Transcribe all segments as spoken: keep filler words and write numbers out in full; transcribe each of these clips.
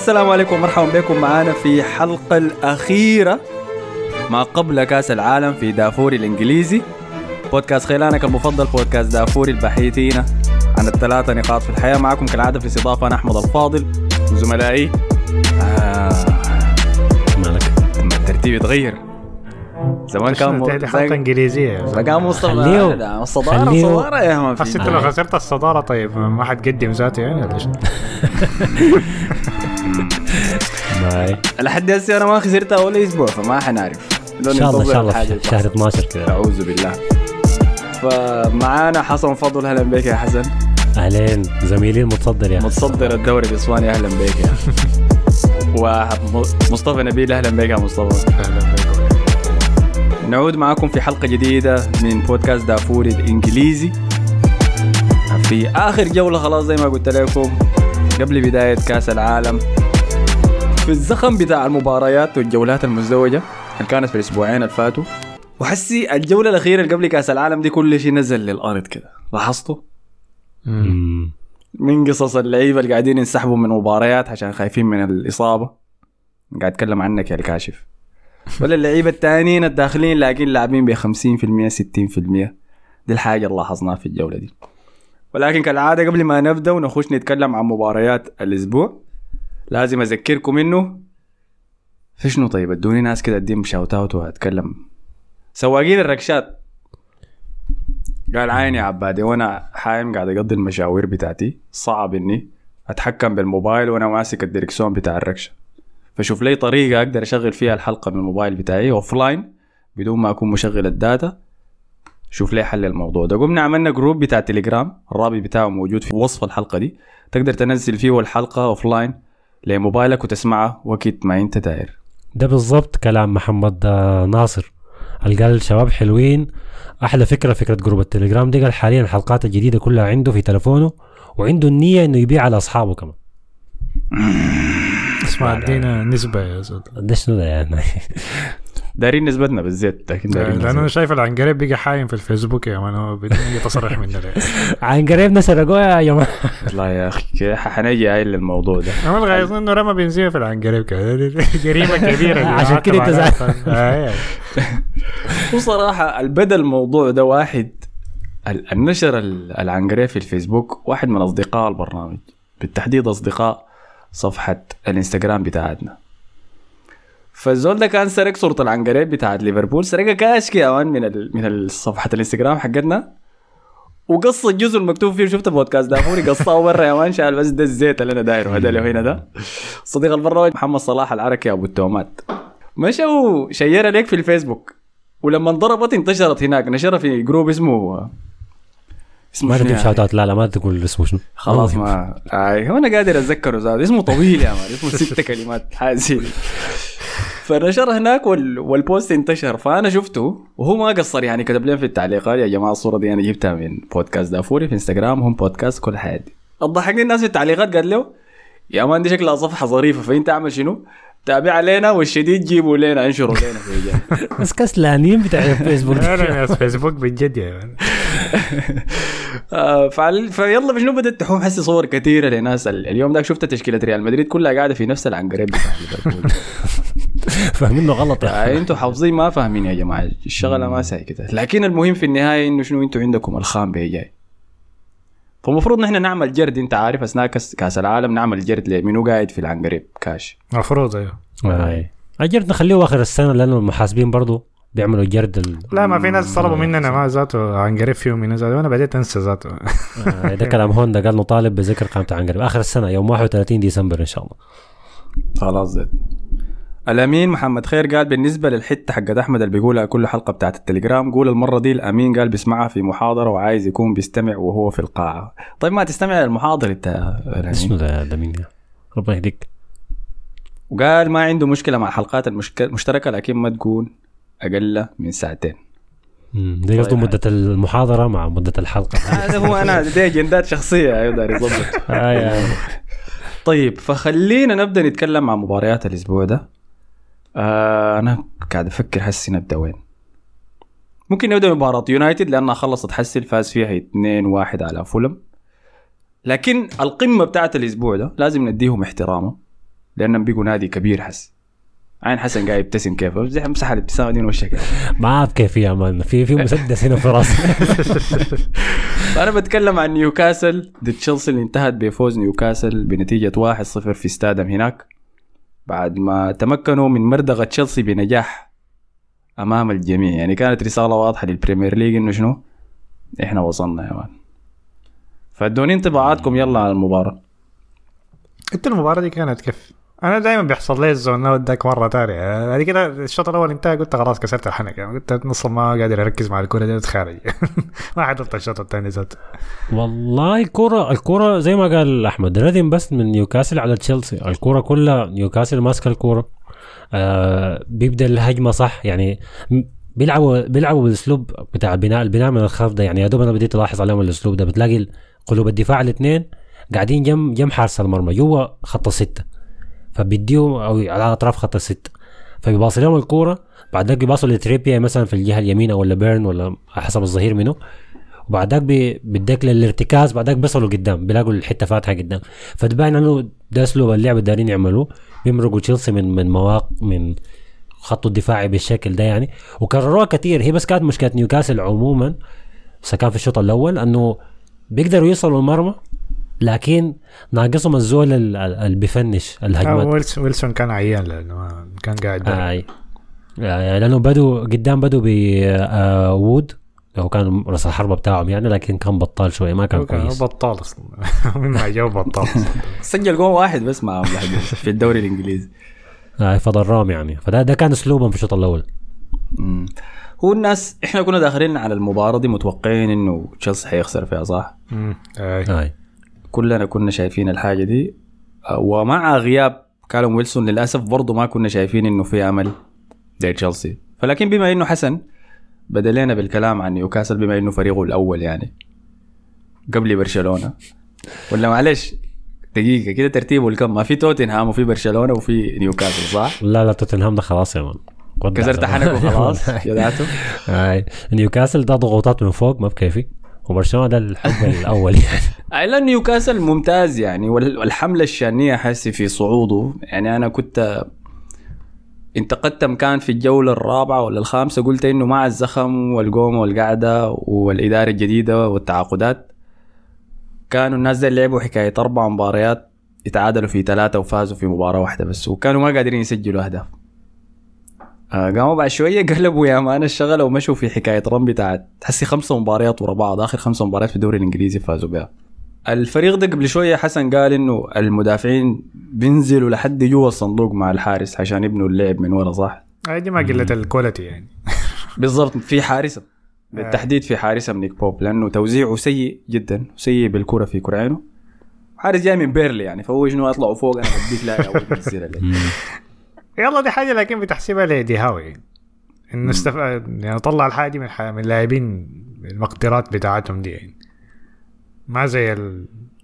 السلام عليكم ومرحبا بكم معنا في حلقة الأخيرة ما قبل كأس العالم في دافوري الإنجليزي. بودكاست خيلانك المفضل، بودكاست دافوري البحيثين عن الثلاثة نقاط في الحياة. معكم كالعادة في الاستضافة أنا أحمد الفاضل وزملائي. آه مالك لما الترتيب يتغير زمان كان تحدي حلقة إنجليزية بقى مصطفى الصدارة الصدارة يا ما في. حسيت لو خسرت الصدارة طيب ما حد قدم ذاته يعني ولا شو؟ باي لحد هسه أنا ما خسرتها ولا أسبوع فما حنعرف. إن شاء الله إن شاء الله شهر اثناشر كده. أعوذ بالله. فمعانا حسن فضل. أهلا بك يا حسن. أهلين زميلي المتصدر يا متصدر الدوري الإسباني. أهلا بك يا ومصطفى نبيل. أهلا بك يا مصطفى. أهلا بكم. نعود معكم في حلقة جديدة من بودكاست دافوري الإنجليزي في آخر جولة خلاص زي ما قلت لكم قبل بداية كأس العالم، في الزخم بتاع المباريات والجولات المزدوجة اللي كانت في الأسبوعين الفاتوا. وحسي الجولة الأخيرة اللي قبل كأس العالم دي كل شيء نزل للأرض كده. لاحظتوا؟ من قصص اللعيبة اللي قاعدين ينسحبوا من مباريات عشان خايفين من الإصابة، قاعد أتكلم عنك يا الكاشف، ولا اللعيبة التانيين الداخلين لكن لاعبين بخمسين في المية ستين في المية. دي الحاجة اللي لاحظناها في الجولة دي. ولكن كالعادة قبل ما نبدأ ونخش نتكلم عن مباريات الأسبوع لازم أذكركم إنه في شنو. طيب ادوني ناس كده اديهم شاوتاوت واتكلم. سواقين الركشات قال عيني عبادي وانا حايم قاعد اقضي المشاوير بتاعتي، صعب اني اتحكم بالموبايل وانا ماسك الديركسيون بتاع الركشه، فشوف لي طريقه اقدر اشغل فيها الحلقه من الموبايل بتاعي اوفلاين بدون ما اكون مشغل الداتا. شوف لي حل الموضوع ده. قمنا عملنا جروب بتاع تليجرام، الرابط بتاعه موجود في وصف الحلقه دي، تقدر تنزل فيه الحلقه اوفلاين لموبايلك وتسمعها وقت ما انت داير. ده بالضبط كلام محمد ناصر. قال الشباب حلوين، احلى فكره فكره جروب التليجرام دي. قال حاليا الحلقات الجديده كلها عنده في تلفونه وعنده النيه انه يبيع على اصحابه كمان. اسمع ادينا نسبه يا زلمه. ده شنو ده يعني؟ دارين نسبتنا بالزيت لكن دارين لانه انا شايف العنقريب بقى حايم في الفيسبوك يا مان، هو بدون يتصرح مننا. عنقريب نسرقوه يا جماعه. والله يا اخي حنجي هاي للموضوع ده. انا غايظ انه رمى بنزين في العنقريب كده، جريمه كبيره عشان كده تزعل. وصراحه البدل الموضوع ده واحد النشر العنقريب في الفيسبوك، واحد من اصدقاء البرنامج بالتحديد اصدقاء صفحه الانستغرام بتاعتنا. فالزول ده كان سرق صورة العنقريب بتاعت ليفربول، سرقها كاش كمان من ال... من صفحة الانستغرام حقتنا، وقص الجزء المكتوب فيه. شفت بودكاست دافوري قصاه برا يا مان، شال بس ده الزيت اللي انا دايره هذا اللي هنا ده. صديق البرنامج محمد صلاح العركي ابو التومات مشوا شيرها ليك في الفيسبوك، ولما انضربت انتشرت هناك، نشرها في جروب اسمه اسمه ما تجيب شاوتات. لا لا ما تقول اسمه شنو خلاص ما اي هو انا قادر اتذكره زاد اسمه طويل يا مان، اسمه ست كلمات حازين. فنشر هناك وال... والبوست انتشر، فانا شفته وهو ما قصر يعني كتب لي في التعليقات يا جماعه الصوره دي انا جبتها من بودكاست دافوري في انستغرام، هم بودكاست كل حاجه دي. الضحكني الناس في التعليقات قال له يا مان دي شكلها صفحه ظريفه، فانت اعمل شنو تابع علينا والشديد جيبوا لنا انشروا لنا في الجاي. بس كسلانين بتاع الفيسبوك. انا ناس فيسبوك بجد يا مان. فعل فيلا بشنو بدت تحوم حسي صور كثيره لناس. اليوم ده شفت تشكيله ريال مدريد كلها قاعده في نفس العنقريب بتاع ليفربول. فاهمينه غلط يعني انتوا حافظين ما فاهمين يا جماعه، الشغله ما ساي كده. لكن المهم في النهايه انه شنو انتوا عندكم الخام بيجاي، فمفروض نحن نعمل جرد. انت عارف اثناء كاس العالم نعمل جرد لمنو قاعد في العنقريب كاش مفروض. ايوه اي الجرد نخليه اخر السنه لانه المحاسبين برضو بيعملوا جرد ال... لا ما في ناس طلبوا مننا ما ذاته عنقريب فيهم من ذاته، وانا بديت انسى ذاته. آه ده كلام هوندا قال نطالب بذكر قائمه عنقريب اخر السنه يوم واحد وثلاثين ديسمبر ان شاء الله. خلاص زين. الأمين محمد خير قال بالنسبة للحتة حقت أحمد اللي بيقولها كل حلقة بتاعت التليجرام، قول المرة دي الأمين قال بيسمعها في محاضرة وعايز يكون بيستمع وهو في القاعة. طيب ما تستمع للمحاضرة انت اسمه ده الأمين يا ربنا يهديك. وقال ما عنده مشكلة مع الحلقات المشتركة لكن ما تكون أقل من ساعتين. ده قصده مدة المحاضرة مع مدة الحلقة. هذا هو أنا دي أجندات شخصية يقدر يضبط. طيب فخلينا نبدأ نتكلم عن مباريات الأسبوع ده. آه أنا قاعد أفكر حسي نبدأ وين. ممكن نبدأ مباراة يونايتد لأنها خلصت حسي الفاز فيها اثنين واحد على فولم، لكن القمة بتاعت الأسبوع ده لازم نديهم احترامه لانهم بيقوا نادي كبير. حس عين حسن قاعد يبتسم كيف زي مسح الابتسامه دي وشك ما اعرف كيف يا مان في في مسدس هنا في راسي. انا بتكلم عن نيوكاسل ضد تشيلسي اللي انتهت بفوز نيوكاسل بنتيجه واحد صفر في استادم هناك بعد ما تمكنوا من مردغه تشيلسي بنجاح امام الجميع. يعني كانت رساله واضحه للبريمير ليج انه شنو احنا وصلنا يا مان. فادوني انطباعاتكم يلا على المباراه. انت المباراه دي كانت كيف؟ انا دائما بيحصل لي الزون نوت داك مره ثانيه. هذه كده الشوط الاول انتهى قلت خلاص كسرت الحنك يعني. قلت نص ما قادر اركز مع الكره دي خارج. ما حضرت الشوط الثاني ذات. والله الكره الكره زي ما قال احمد ردم بس من نيوكاسل على تشيلسي. الكره كلها نيوكاسل ماسكه الكره آه بيبدا الهجمه صح يعني بيلعبوا بيلعبوا بالاسلوب بتاع البناء البناء من الخلف ده. يعني يا دوب انا بديت الاحظ عليهم الاسلوب ده. بتلاقي قلوب الدفاع الاثنين قاعدين جنب جنب حارس المرمى جوا خط السته فبيديهم او على اطراف خط السته فبيباصي لهم الكوره بعد ذاك بيباصوا لتريبيا مثلا في الجهه اليمين او ولا بيرن ولا حسب الظهير منه وبعد ذاك بيديك للارتكاز بعد ذاك بيصلوا قدام بيلاقوا الحته فاتحه قدام. فتبين انه ده اسلوب اللعب الدارين يعملوه. بيمرقوا تشيلسي من من مواقع من خط الدفاعي بالشكل ده يعني وكرروها كتير. هي بس كانت مشكله نيوكاسل عموما سكان في الشوط الاول انه بيقدروا يوصلوا المرمى لكن ناقصهم الزول اللي بيفنش الهجمات. ويلسون كان عيان لانه كان قاعد آه آه لانه بدوا قدام بدوا بوود هو كان راس الحربه بتاعهم يعني لكن كان بطال شويه ما كان كويس. بطال اصلا مما جو بطال. سجل جول واحد بس معهم في الدوري الانجليزي آه فضرهم يعني. فده ده كان اسلوبهم في الشوط الاول. امم هو الناس احنا كنا داخلين على المباراه دي متوقعين انه تشيلسي حيخسر فيها صح. امم اي آه. كلنا كنا شايفين الحاجه دي ومع غياب كالوم ويلسون للاسف برضو ما كنا شايفين انه في امل زي تشيلسي. فلكن بما انه حسن بدلنا بالكلام عن نيوكاسل بما انه فريقه الاول يعني قبل برشلونه ولا معلش دقيقه كده ترتيبه الكم ما في توتنهام وفي برشلونه وفي نيوكاسل صح؟ لا لا توتنهام ده خلاص يا مان كسرت حنكه خلاص جدعته. هاي نيوكاسل ده ضغوطات من فوق ما بكيفي وبرشلونه ده الحب الاول يعني. اي نيوكاسل ممتاز يعني والحمله الشانيه حاسي في صعوده. يعني انا كنت انتقدت كان في الجوله الرابعه ولا الخامسه قلت انه مع الزخم والقوم والقعده والاداره الجديده والتعاقدات كانوا الناس اللي لعبوا حكايه اربع مباريات يتعادلوا في ثلاثه وفازوا في مباراه واحده بس وكانوا ما قادرين يسجلوا اهداف. آه قاموا بعد شويه قلبوا يا مان الشغله ومشوا في حكايه رم بتاعت تحسي خمسه مباريات ورا بعض اخر خمسه مباريات في الدوري الانجليزي فازوا بها. الفريق ده قبل شويه حسن قال انه المدافعين بينزلوا لحد جوا الصندوق مع الحارس عشان يبنوا اللعب من ورا صح. هذه ما قله الكواليتي يعني. بالضبط في حارسه بالتحديد في حارسه من نيك بوب لانه توزيعه سيء جدا سيء بالكره في كرعينه. حارس جاي من بيرلي يعني فهو شنو يطلعوا فوق انا بديك لا اول بتصير يلا دي حاجه لكن بتحسبها لدي هاوي انه استفاد يعني طلع الحاجه من من اللاعبين المقدرات بتاعتهم دي يعني ما زي ال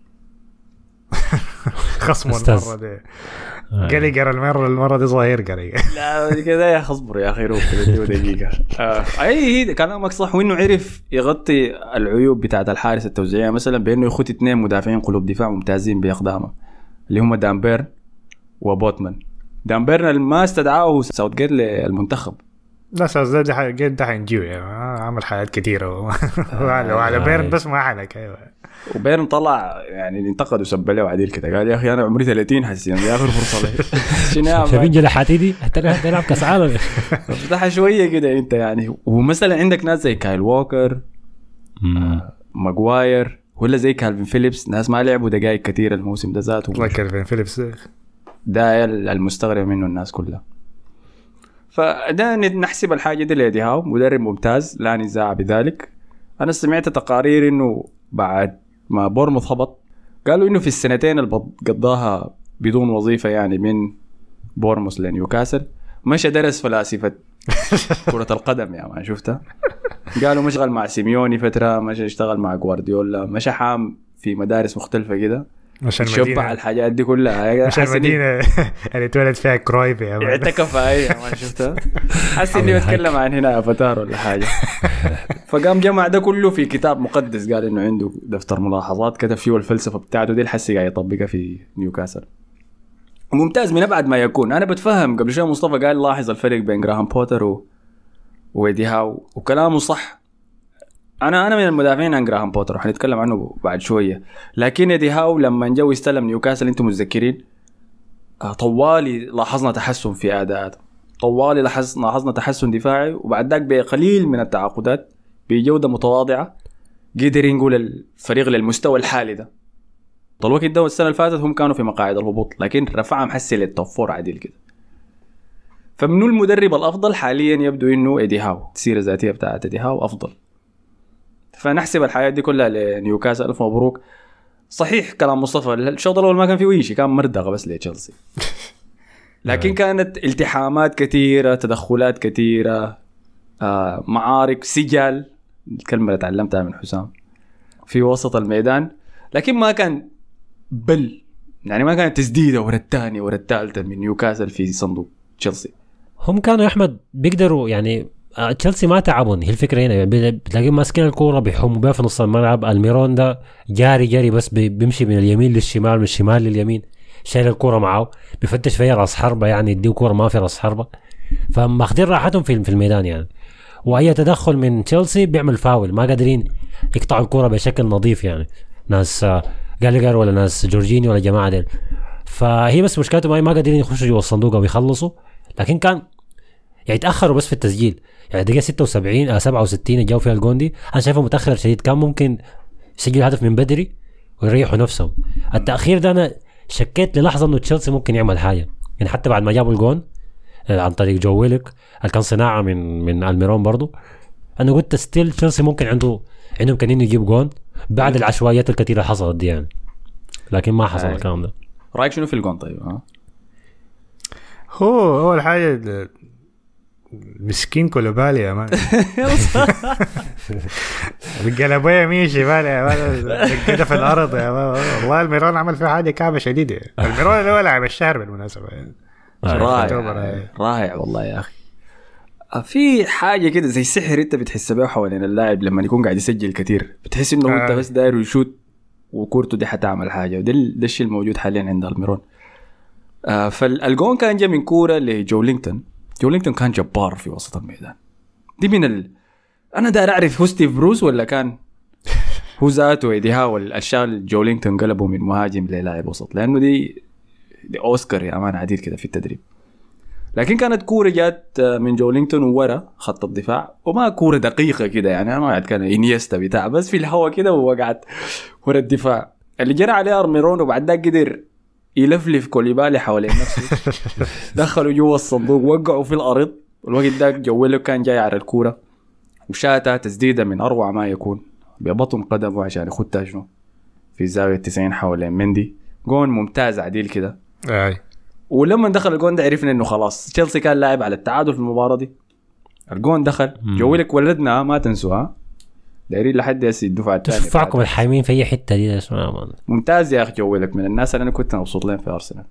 خصم المره دي قالي قرا المره المره دي صغير قري لا كذا يا خصبر يا اخي روح دقيقه. آه. اي هي كلامك صح وانه عرف يغطي العيوب بتاعت الحارس التوزيعيه مثلا بانه يخوت اثنين مدافعين قلوب دفاع ممتازين باقدامه اللي هم دامبير وبوتمان. دامبيرن ما استدعاه ساوثجيت للمنتخب. لا ساوثجيت ده حاجه ده حنجيو يعني عمل حاجات كثيره وعلى وعلى بيرن بس ما حنك ايوه. وبيرن طلع يعني انتقد وسب له وعديل كده قال يا اخي انا عمري ثلاثين حسين يا اخر فرصه لي شنو شايفين جناحاتي دي حتى نلعب كاس عالم فتح شويه كده انت يعني. ومثلا عندك ناس زي كايل ووكر آه ماغواير ولا زي كالفين فيليبس ناس ما لعبوا دقائق كثيره الموسم ده ذاته. كالفين فيليبس ده المستغرب منه الناس كلها. فده نحسب الحاجة دي ليدي هاو مدرب ممتاز لا نزاع بذلك. أنا سمعت تقارير إنه بعد ما بورموث هبط قالوا إنه في السنتين اللي قضاها بدون وظيفة يعني من بورموث لنيوكاسل مشى درس فلاسفة كرة القدم يعني ما شفتها. قالوا مشغل مع سيميوني فترة مشى اشتغل مع غوارديولا مشى حام في مدارس مختلفة كده شبع الحاجات دي كلها. مش المدينة اللي اتولد فيها كرويف يا مان اعتكف اي ما شفتها. حاسس اني بتكلم عن هنا افاتار ولا حاجه. فقام جمع ده كله في كتاب مقدس قال انه عنده دفتر ملاحظات كتب فيه الفلسفه بتاعته دي الحسي قاعد يطبقها في نيوكاسل. ممتاز من ابعد ما يكون. انا بتفهم قبل شوي مصطفى قال لاحظ الفرق بين جراهام بوتر و... وإيدي هاو، وكلامه صح. انا انا من المدافعين عن جراهام بوتر وحنتكلم عنه بعد شويه. لكن إيدي هاو لما جو يستلم نيوكاسل انتم متذكرين طوالي لاحظنا تحسن في اداءاته، طوالي لاحظنا لاحظنا تحسن دفاعي، وبعد ذاك بقليل من التعاقدات بجوده متواضعه قدر نقول الفريق للمستوى الحالي ده. طول الوقت ده السنه اللي فاتت هم كانوا في مقاعد الهبوط، لكن رفعهم حسي للتوب فور عديل كده. فمنو المدرب الافضل حاليا؟ يبدو انه إيدي هاو، السيره الذاتيه بتاعت إيدي هاو افضل. فنحسب الحياه دي كلها لنيوكاسل. الف مبروك. صحيح كلام مصطفى الشوط الاول ما كان فيه اي شيء، كان مردغه بس لتشيلسي، لكن كانت التحامات كثيره، تدخلات كثيره، آه معارك، سجال، الكلمه اللي تعلمتها من حسام، في وسط الميدان. لكن ما كان بل يعني ما كانت تسديده ورا الثانيه ورا الثالثه من نيوكاسل في صندوق تشيلسي. هم كانوا يا احمد بيقدروا يعني تشيلسي ما تعبون. هي الفكره هنا يعني بتلاقي ماسكين الكوره بيحوموا بها في نص الملعب. الميرون ده جاري جاري بس بيمشي من اليمين للشمال من الشمال لليمين، شايل الكوره معه، بيفتش فيها راس حربه يعني يديه كوره ما في راس حربه. فماخذين راحتهم في في الميدان يعني. واي تدخل من تشيلسي بيعمل فاول، ما قادرين يقطعوا الكوره بشكل نظيف يعني ناس جاليجر ولا ناس جورجيني ولا جماعه ديل. فهي بس مشكلتهم ما قادرين يخشوا جوا الصندوق او يخلصوا. لكن كان يعني تاخروا بس في التسجيل يعني دقيقه ستة وسبعين آه سبعة وستين جاوا فيها الجون دي. انا شايفه متاخر شديد، كان ممكن يسجل هدف من بدري ويريحوا نفسهم. التاخير ده انا شكيت للحظه انه تشيلسي ممكن يعمل حاجه يعني، حتى بعد ما جابوا الجون عن طريق جو ويلك اللي كان صناعه من من الميرون برضو، انا قلت ستيل تشيلسي ممكن عنده عندهم كانين يجيب جون بعد العشوائيات الكثيره حصلت دي يعني. لكن ما حصل الكلام ده. رايك شنو في الجون طيب؟ ها هو اول حاجه مسكين كولوبالي يا مان الجلابيه مين شمال يا مان كده في الارض يا مان. والله الميرون عمل فيه حاجه كعبه شديده. الميرون اللي هو لاعب الشهر بالمناسبه يعني. رائع رائع والله يا اخي. في حاجه كده زي سحر انت بتحس بها حوالين اللاعب لما يكون قاعد يسجل كتير، بتحس انه آه. انت بس داير يشوت وكورته دي حتعمل حاجه. وده ده الشيء الموجود حاليا عند الميرون. آه فالجون كان جاء من كوره لجولينغتون. جولينغتون كان جبار في وسط الميدان دي من ال... انا داير اعرف هو ستيف بروس ولا كان هو ذاته إيدي هاو الاشياء جولينغتون قلبه من مهاجم للاعب وسط، لانه دي دي اوسكار يا امان عديد كده في التدريب. لكن كانت كوره جات من جولينغتون وورا خط الدفاع، وما كوره دقيقه كده يعني، ما قاعد كان انيستا بتاع بس في الهواء كده ووقعت ورا الدفاع اللي جرى عليه ارميرون، وبعد ذاك قدر يلفلف كوليبالي حوالين نفسه دخلوا جوا الصندوق وقعوا في الارض. والوقت ذاك جوله كان جاي على الكوره وشاتها تسديده من اروع ما يكون ببطن قدمه عشان يخدها شنو في زاويه تسعين حوالين مندي. جون ممتاز عديل كده. اي ولما دخل الجون ده عرفنا انه خلاص تشيلسي كان لاعب على التعادل في المباراه دي. الجون دخل جويلك ولدنا ما تنسوها دايرين لحد هسه الدفعه الثانيه. تشوفكم الحايمين في اي حته دي اسمع ممتاز يا اخي جويلك من الناس اللي انا كنت مبسوط لهم في ارسنال.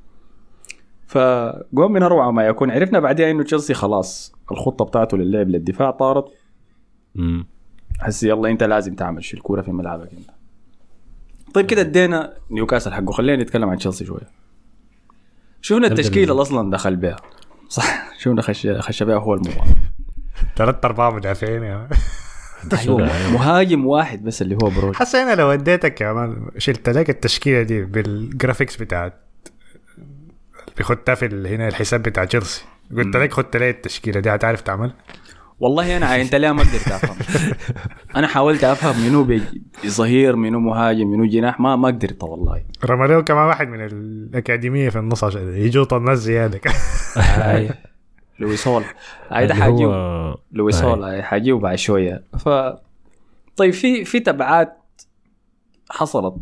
فجون من اروع ما يكون. عرفنا بعدين انه تشيلسي خلاص الخطه بتاعته للعب للدفاع طارت. امم هسه يلا انت لازم تعمل شيء الكوره في ملعبك انت. طيب كده ادينا نيوكاسل حقه، خلينا نتكلم عن تشيلسي شويه. شوفنا التشكيله اللي اصلا دخل بها صح، شوفنا خش خش بها هو المباراه ثلاث ارباع مدافعين يا مهاجم واحد بس اللي هو بروج. حاسس انا لو اديتك يا مان شلت لك التشكيله دي بالجرافيكس بتاعت بيخدها في هنا الحساب بتاع تشيلسي، قلت لك خدت لي التشكيله دي هتعرف تعمل؟ والله انا انت ليه ما قدرت افهم. انا حاولت افهم منو ظهير منو مهاجم منو جناح، ما ما قدرت والله. رماليو كمان واحد من الاكاديميه في النص عشان يجوا الناس زياده. هاي لويسول هاي ده حاجي لويسول هاي حاجي وبعد شويه. ف طيب في في تبعات حصلت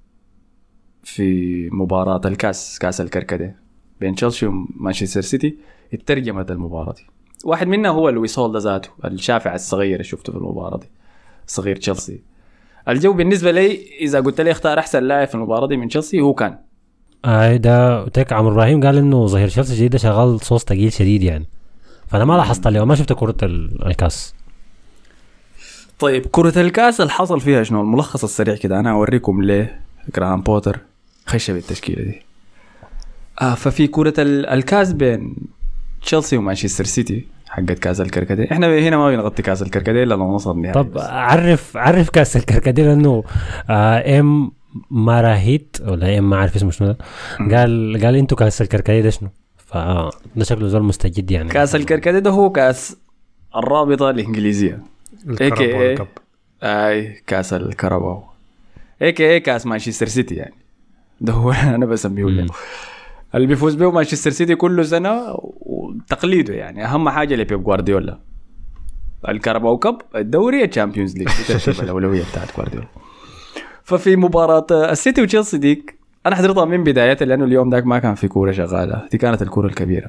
في مباراه الكاس كاس الكركديه بين تشيلسي ومانشستر سيتي، اترجمت المباراه دي. واحد منها هو لويسول ده ذاته الشافع الصغير اللي شفته في المباراه دي، صغير تشيلسي. الجو بالنسبه لي اذا قلت لي اختار احسن لاعب في المباراه دي من تشيلسي هو كان اي ده. تك عمرو ابراهيم قال انه ظهير تشيلسي جديد شغال صوص ثقيل شديد يعني، فانا ما لاحظت عليه وما شفت كره الكاس. طيب كره الكاس اللي حصل فيها شنو الملخص السريع كده، انا اوريكم ليه جراهام بوتر خش بالتشكيله دي. آه ففي كرة ال- الكاس بين تشيلسي ومانشستر سيتي حقت كاس الكركديه. احنا هنا ما بنغطي كاس الكركديه الا لو نوصل نهائي. طب عرف عرف كاس الكركديه لانه آه ام ماراهيت ولا ام ما عارف اسمه شنو ده قال قال انتوا كاس الكركديه ده شنو؟ فده شكله زول مستجد يعني. كاس الكركديه ده هو كاس الرابطه الانجليزيه هيك ايه اي كاس الكرباو هيك ايه كاس مانشستر سيتي يعني ده هو انا بسميه له اللي بيفوز به مانشستر سيتي كل سنه وتقليده يعني. اهم حاجه لبيب جوارديولا الكاراباو كاب الدوري الشامبيونز ليج ترتيب الاولويه بتاعت جوارديولا. ففي مباراه السيتي وتشيلسي ديك انا حضرتها من بدايتها لانه اليوم داك ما كان في كوره شغاله، دي كانت الكوره الكبيره.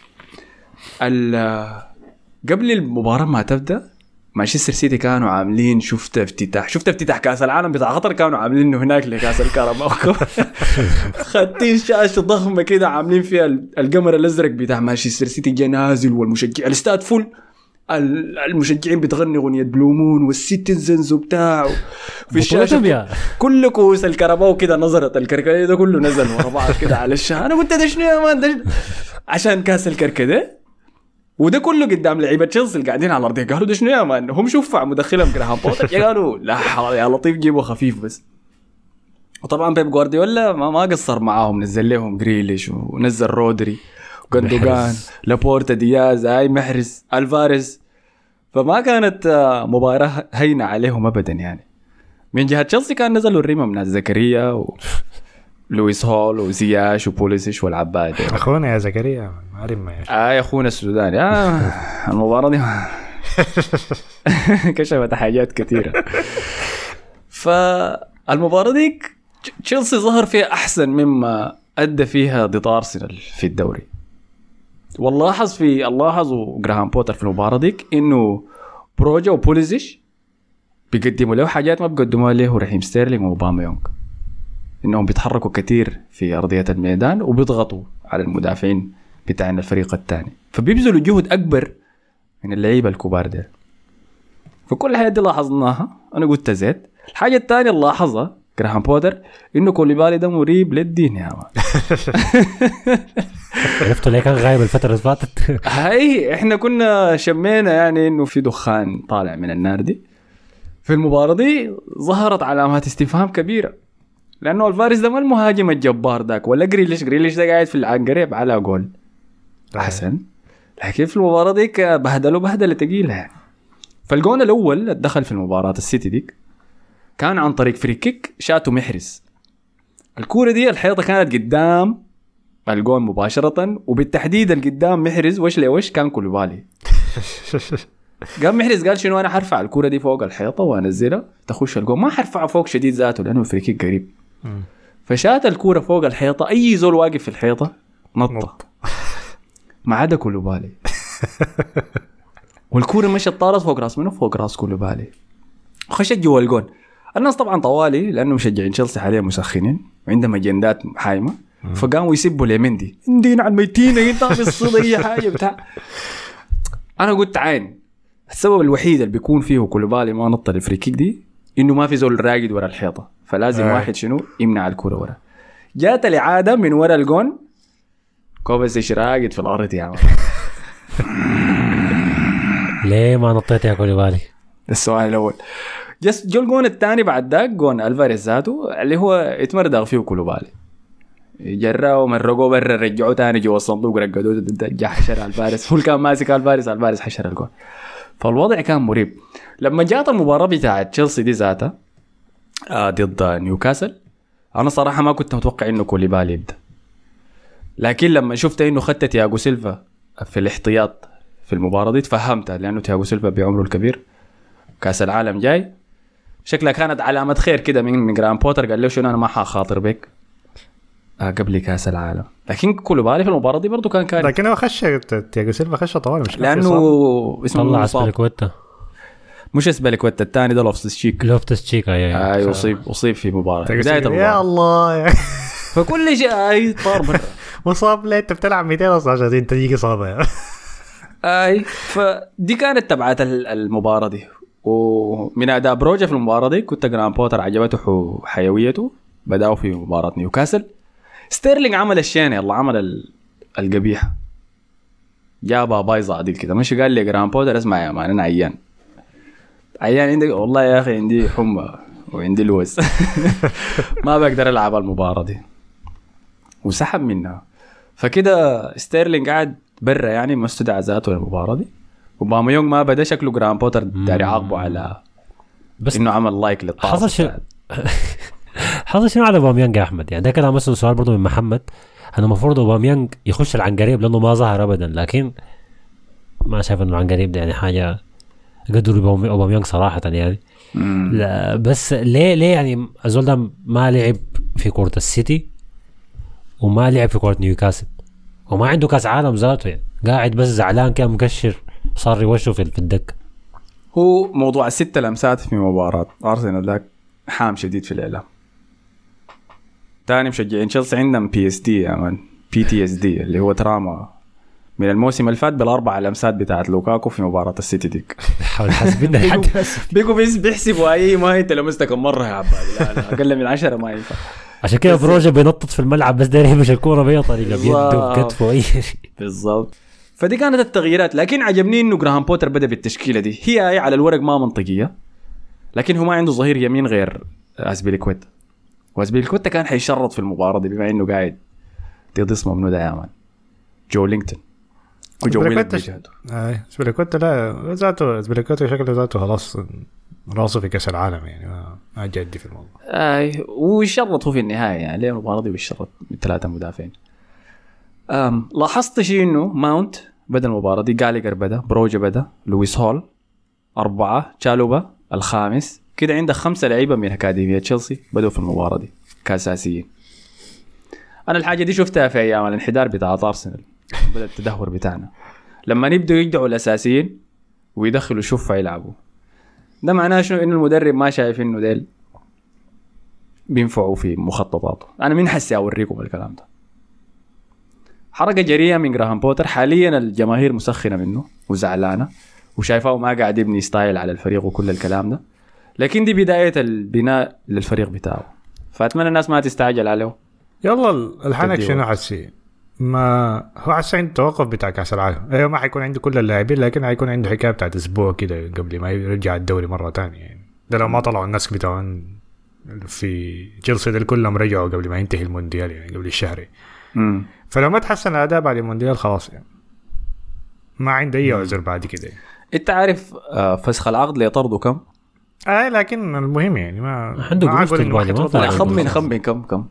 قبل المباراه ما تبدا مانشستر سيتي كانوا عاملين شفت افتتاح شفت افتتاح كاس العالم بتاع قطر، كانوا عاملينه هناك لكاس الكهرباء خدين شاشه ضخمه كده عاملين فيها القمر الازرق بتاع مانشستر سيتي جنازل والمشجع الاستاد فل، المشجعين بتغني اغنيه بلومون والسيتيزنز وبتاع في الشاشه كل كوس الكهرباء كده نظرت الكركديه ده كله نزل ورا بعض كده على الشاشه. انا قلت ده شنو يا مان عشان كاس الكركديه وده كله قدام لعيبه تشيلسي اللي قاعدين على الارض. قالوا ده شنو يا مان هم شوفوا مدخلهم جراهام بوتر قالوا لا يا لطيف جيبوا خفيف بس. وطبعا بيب جوارديولا ما ما قصر معاهم، نزل لهم جريليش ونزل رودري وغندوغان لابورتا دياز هاي محرز الفاريز. فما كانت مباراه هينه عليهم ابدا يعني. من جهه تشيلسي كان نزلوا الريمه من زكريا و لويس هول وزياش وبوليسيش والعباد. اخونا يا زكريا ما رمى يا اه يا اخونا السوداني آه المباراه دي كشفت حاجات كثيره. فالمباراه دي تشيلسي ظهر فيها احسن مما ادى فيها ضد ارسنال في الدوري. والله لاحظ في اللاحظ وجراهام بوتر في المباراه دي انه بروجا وبوليسيش بيقدموا له حاجات ما بيقدموها له رحيم ستيرلينج وأوباميانغ، انهم بيتحركوا كتير في ارضيه الميدان وبيضغطوا على المدافعين بتاعنا الفريق الثاني، فبيبذلوا جهد اكبر من اللعيبه الكبار ده. فكل الحاجات دي لاحظناها. انا قلت زيت. الحاجه الثانيه اللي لاحظها جراهام بوتر انه كوليبالي ده مريب للدين يا مان. عرفتوا ليه كان غايب الفتره اللي فاتت؟ هاي احنا كنا شمينا يعني انه في دخان طالع من النار دي. في المباراه دي ظهرت علامات استفهام كبيره، لانه الفارس ده ما المهاجم الجبار داك ولا جريليش جريليش ده قاعد في العنقريب على جول احسن، لكن في المباراه ديك بهدلوا بهدله ثقيله يعني. فالجون الاول اتدخل في المباراه السيتي ديك كان عن طريق فري كيك شاتو محرز. الكوره دي الحيطه كانت قدام الجون مباشره، وبالتحديد القدام محرز وش لوش كان كولوبالي. قام محرز قال شنو انا حرفع الكوره دي فوق الحيطه وانزلها تخش الجون، ما حرفعها فوق شديد ذاته لانه فري كيك قريب. فشات الكوره فوق الحيطه، اي زول واقف في الحيطه نط ما عدا كولوبالي. والكوره مشت طارت فوق راس منه فوق راس كولوبالي خشت جوا الجون. الناس طبعا طوالي لانه مشجعين تشيلسي حاليا مسخنين وعندهم اجندات حايمه، فقاموا يسبوا لمندي ندينا على الميتين انت بالصدى اي حاجه بتاع. انا قلت عين السبب الوحيد اللي بيكون فيه كولوبالي ما نط الفري كيك دي انه ما في زول راقد ورا الحيطه، فلازم آه. واحد شنو يمنع الكره ورا. جات العاده من ورا الجون كوفاسيش راقد في الارض يا عم. ليه ما نطيت يا كولوبالي؟ السؤال الاول. جس جو الجون الثاني بعد ذاك جون الفاريز ذاته اللي هو اتمردغ فيه كولوبالي، جراه ومرقوه برا رجعوه ثاني جوا الصندوق رقدوه جا حشر الفارس فول كان ماسك الفارس الفارس حشر الجون. فالوضع كان مريب. لما جات المباراه بتاعت تشيلسي دي ذاتها آه ضد نيوكاسل انا صراحه ما كنت متوقع انه كوليبالي يبدا، لكن لما شفت انه خدت تياغو سيلفا في الاحتياط في المباراه دي تفهمتها، لانه تياغو سيلفا بعمره الكبير كاس العالم جاي شكلها كانت علامه خير كده من من جرام بوتر. قال له شنو انا ما حاخاطر بك آه قبل كاس العالم. لكن كولوبالي في المباراه دي برضه كان كان لكن هو خش تياغو سيلفا خش طوال مش لانه اسمه طلع اسبليكويتا مش اسبليكويتا الثاني ده لوفتس تشيك لوفتس تشيك اي اي اصيب اصيب في مباراه بدايه المباراه يا الله يا. فكل شيء اي طار برا مصاب ليه انت بتلعب مئتين وتسعة عشان تجيك اصابه اي. فدي كانت تبعات المباراه دي. ومن اداء بروجا في المباراه دي كنت جرام بوتر عجبته حيويته. بداوا في مباراه نيوكاسل ستيرلينج عمل الشين يلا عمل ال... القبيحة جابها بايظة عديل كده مش قال لي جرام بوتر اسمع يا مان أنا عيان عيان عندك والله يا أخي عندي حمى وعندي لوز ما بقدر ألعب المباراة دي وسحب منها. فكده ستيرلينج قاعد برا يعني ما استدعى ذاته للمباراة دي. وباميونغ ما بدا شكله جرام بوتر داري عاقبه على بس انه عمل لايك للطاقة. حصل شيء حصل شنو على باميانج يا احمد؟ يعني ده كان مثلا سؤال برضه من محمد. انا المفروض باميانج يخش العنقريب لانه ما ظهر ابدا لكن ما شايف انه العنقريب ده يعني حاجه قدروا باميانج صراحه يعني. لا بس ليه ليه يعني الزول ده ما لعب في كرة السيتي وما لعب في كرة نيوكاسل وما عنده كاس عالم ذاته يعني قاعد بس زعلان كان مكشر صار يوشه في الدكه. هو موضوع الستة لمسات في مباراة أرسنال ذاك حام شديد في الإعلام. تاني مشجعين تشيلسي عندهم بي اس دي يا مان بي تي اس دي اللي هو تراما من الموسم اللي فات بالأربع لمسات بتاعت لوكاكو في مباراة السيتي ديك. حاول حاسبين حد بيقوا بيحسبوا أي ما أنت لمست كم مرة يا عبادي لا لا أقل من عشرة ما ينفع. عشان كده بروجة بينطط في الملعب بس داير يمشي الكورة بأي طريقة بيده بكتفه أي شيء بالضبط. فدي كانت التغييرات. لكن عجبني إنه جراهام بوتر بدأ بالتشكيلة دي هي على الورق ما منطقية لكن هو ما عنده ظهير يمين غير أسبيليكويتا وأسبيليكويتا كان حيشرط في المباراة دي بما إنه قاعد تقضي اسمه منو ده يا مان جو لينكتون وجو ويلك بيجهدوا. اي أسبيليكويتا لا ذاته أسبيليكويتا شكله ذاته خلاص راسه في كأس العالم يعني ما ما جدي في الموضوع. اي ويشرط هو في النهاية يعني ليه المباراة دي بيشرط من ثلاثة مدافعين. أم لاحظت شيء إنه ماونت بدأ المباراة دي جاليجر بدأ بروجا بدأ لويس هول أربعة تشالوبا الخامس كده عندك خمسة لعيبة من أكاديمية تشيلسي بدأوا في المباراة دي كأساسيين. أنا الحاجة دي شفتها في أيام الانحدار بتاع أرسنال بدأ التدهور بتاعنا لما نبدأ يقدعوا الأساسيين ويدخلوا شوفة يلعبوا. ده معناه شنو؟ إنه المدرب ما شايف إنه ديل بينفعوا في مخططاته. أنا من حسي أوريكم الكلام ده. حركة جريئة من جراهام بوتر. حاليا الجماهير مسخنة منه وزعلانة وشايفاه ما قاعد يبني ستايل على الفريق وكل الكلام ده لكن دي بداية البناء للفريق بتاعه. فأتمنى الناس ما تستعجل عليه. يلا الحنك شنو حسي ما هو حسي عنده توقف بتاع كأس العالم. ايوه ما حيكون عنده كل اللاعبين لكن حيكون عنده حكاية بتاعت اسبوع كده قبل ما يرجع الدوري مرة تانية يعني. ده لو ما طلعوا الناس بتاعون في تشيلسي دول كلهم رجعوا قبل ما ينتهي المونديال يعني قبل الشهر. امم فلو ما تحسن الأداء بعد المونديال خلاص يعني ما عنده أي عذر بعد كده. انت عارف فسخ العقد ليطرده كم؟ آه لكن المهم يعني ما عنده قروش تقبالي ما لا خمن خمن كم كم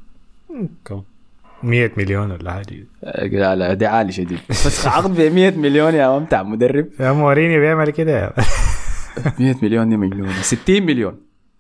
كم مية مليون ولا حاجة. لا لا ده عالي شديد. فسخ عقد ب مية مليون يا ممتع مدرب يا موريني بيعمل كده. مية مليون دي مليون ستين مليون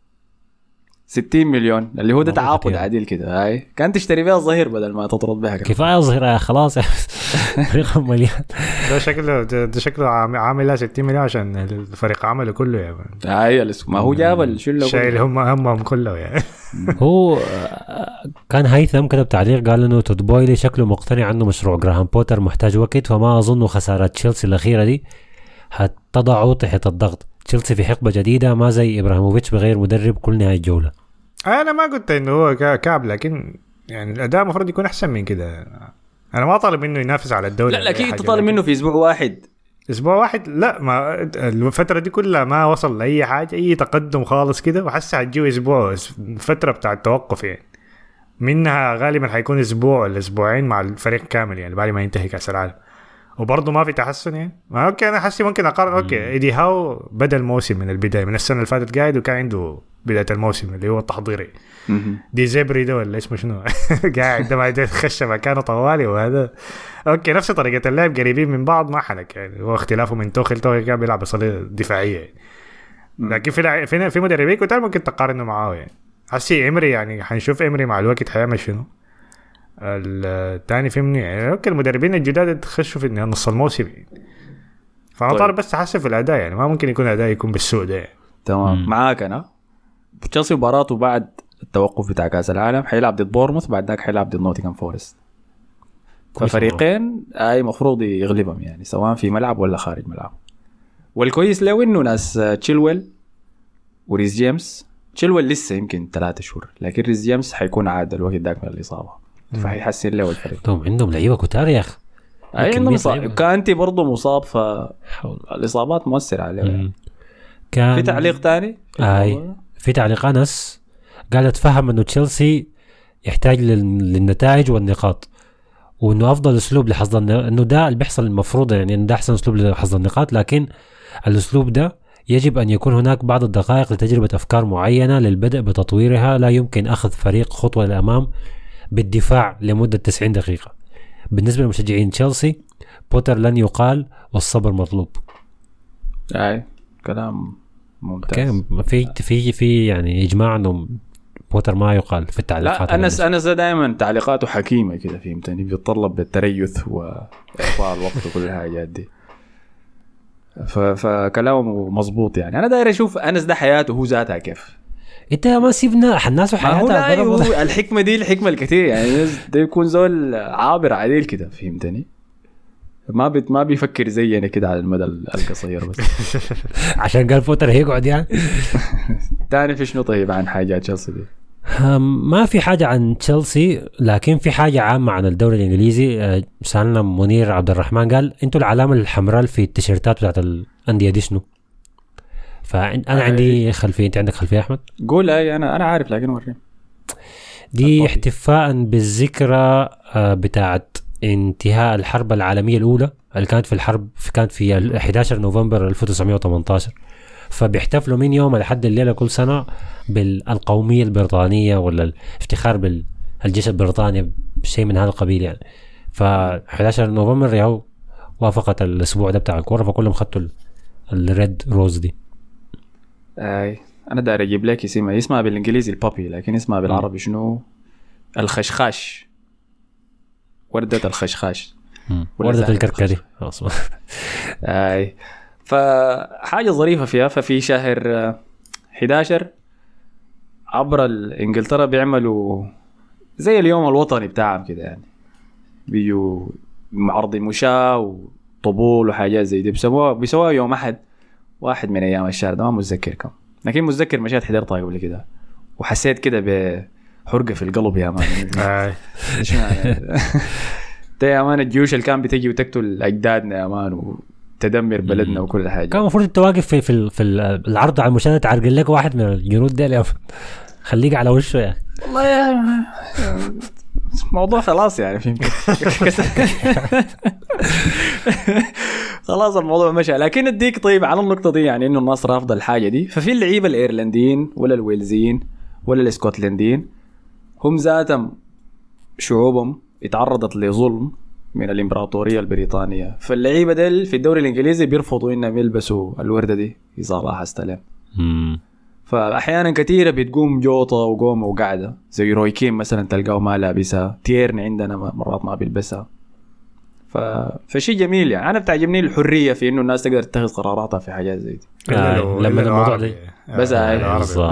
ستين مليون اللي هو ده تعاقد عادل كده. هاي كانت تشتري بها الظهير بدل ما تطرد بها كفايه ظهير خلاص فريق مليان. ده شكله ده شكله عامل له ستين مليون عشان الفريق عمله كله يا مان. هاي ما هو جاب الشله شايل هم همهم كله يعني. هو كان هيثم كتب تعليق قال انه تود بويلي شكله مقتنع انه مشروع جراهام بوتر محتاج وقت فما اظن خساره تشيلسي الاخيره دي هتضعه تحت الضغط. تشيلسي في حقبه جديده ما زي ابراهيموفيتش بغير مدرب كل نهايه جوله. انا ما قلت انه هو كعب لكن يعني الاداء المفروض يكون احسن من كده. انا ما طالب منه ينافس على الدوري. لا لكن انت طالب منه في اسبوع واحد اسبوع واحد لا ما الفتره دي كلها ما وصل لاي حاجه اي تقدم خالص كده وحس هتجيو اسبوع فتره بتاع التوقف يعني منها غالبا حيكون اسبوع ولا اسبوعين مع الفريق كامل يعني بعد ما ينتهي كاس العالم وبرضه ما في تحسن يعني. ما اوكي انا حسي ممكن اقارن اوكي ايدي هاو بدا الموسم من البدايه من السنه اللي فاتت قاعد وكان عنده بدايه الموسم اللي هو التحضيري. دي زبري ده ولا اسمه شنو قاعد ده ما يخش مكانه طوالي وهذا اوكي نفس طريقه اللعب قريبين من بعض ما حنك يعني. هو اختلافه من توخيل توخيل كان بيلعب بصليه دفاعيه لكن في في في مدربين كنت ممكن تقارنه معاه يعني. حسي امري يعني حنشوف امري مع الوقت حيعمل شنو. الثاني فهمني يعني اوكي المدربين الجداد تخشوا في نص الموسم يعني. فانا طالب بس تحسن في الاداء يعني ما ممكن يكون الاداء يكون بالسوء ده يعني. تمام معاك انا. تشيلسي مباراته بعد التوقف بتاع كاس العالم حيلعب ضد بورموث بعد ذاك حيلعب ضد نوتنغهام فورست. ففريقين اي مفروض يغلبهم يعني سواء في ملعب ولا خارج ملعب. والكويس لو انه ناس تشيلويل وريس جيمس تشيلويل لسه يمكن ثلاثة شهور لكن ريس جيمس حيكون عاد الوقت ذاك من الاصابه فهيحسن له الفريق. عندهم عندهم لعيبه كتار يا اخي. اي عندهم مصاب. كانتي برضه مصاب فالاصابات مؤثره عليه. كان في تعليق ثاني اي في تعليق انس قال اتفهم انه تشيلسي يحتاج للنتائج والنقاط وانه افضل اسلوب لحصد انه ده اللي بيحصل المفروض يعني انه ده احسن اسلوب لحصد النقاط لكن الاسلوب ده يجب ان يكون هناك بعض الدقائق لتجربه افكار معينه للبدء بتطويرها. لا يمكن اخذ فريق خطوه للامام بالدفاع لمده تسعين دقيقه. بالنسبه لمشجعين تشيلسي بوتر لن يقال والصبر مطلوب. اي كلام ممتاز. في في في يعني اجماع انه بوتر ما يقال في التعليقات. لا انس انس دائما تعليقاته حكيمه كده فهمتني بيتطلب بالتريث واعطاء الوقت وكل الحاجات دي. فكلامه مظبوط يعني. انا داير اشوف انس ده حياته هو ذاتها كيف. انت ما سيبنا الناس وحياتها. هو الحكمه دي الحكمه الكثير يعني ده يكون زول عابر عديل كده فهمتني. ما بت ما بيفكر زينا كده على المدى القصير بس. عشان قال بوتر هيقعد يعني. تاني في شنو طيب عن حاجات تشيلسي دي؟ ما في حاجة عن تشيلسي لكن في حاجة عامة عن الدوري الإنجليزي. سألنا منير عبد الرحمن قال انتوا العلامة الحمراء في التيشيرتات بتاعت الأندية دي شنو؟ فأنا عندي خلفية. أنت عندك خلفية أحمد؟ قول. أي أنا أنا عارف لكن وريني. دي احتفاء بالذكرى بتاعت انتهاء الحرب العالمية الأولى اللي كانت في الحرب كانت في أحد عشر نوفمبر ألف وتسعمائة وثمانية عشر. فبيحتفلوا من يوم لحد الليلة كل سنة بالقومية البريطانية ولا الافتخار بالجيش البريطاني بشيء من هذا القبيل يعني. ف أحد عشر نوفمبر يهو وافقت الأسبوع ده بتاع الكورة فكلهم خدتوا الريد روز دي. اي انا داير اجيب لك اسمها اسمها بالانجليزي البابي لكن اسمها بالعربي شنو؟ الخشخاش. وردة الخشخاش. وردة الكركدي اصلا. اي فحاجة ظريفة فيها. ففي شهر أحد عشر عبر انجلترا بيعملوا زي اليوم الوطني بتاعهم كده يعني. بيجوا معرض مشاة وطبول وحاجات زي دي بيسووها بيسووها يوم أحد واحد من أيام الشهر ده ما متذكر كم لكن متذكر مشيت حضرتها قبل كده وحسيت كده بحرقة في القلب يا مان. ايش معنى ده يا مان؟ الجيوش اللي كان بتجي وتقتل أجدادنا يا مان وتدمر بلدنا وكل حاجة. كان المفروض انت واقف في في, في العرض على المشاهدة تعرقل لك واحد من الجنود ده يا خليك على وشه يا والله يا موضوع خلاص يعني فهمت. خلاص الموضوع مشى. لكن اديك طيب على النقطة دي يعني انه الناس رافضة الحاجة دي. ففي اللعيبة الايرلنديين ولا الويلزيين ولا الاسكتلنديين هم ذاتهم شعوبهم اتعرضت لظلم من الامبراطورية البريطانية. فاللعيبة ديل في الدوري الانجليزي بيرفضوا انهم يلبسوا الوردة دي اذا راح استلم. فاحيانا كثيره بتقوم جوطه وقومه وقاعده زي روي كين مثلا تلقاه ما لابسها. تيرن عندنا مرات ما بيلبسها. ف... فشي جميل يعني. انا بتعجبني الحريه في انه الناس تقدر تتخذ قراراتها في حاجات زي دي. آه لما الموضوع ده بس هاي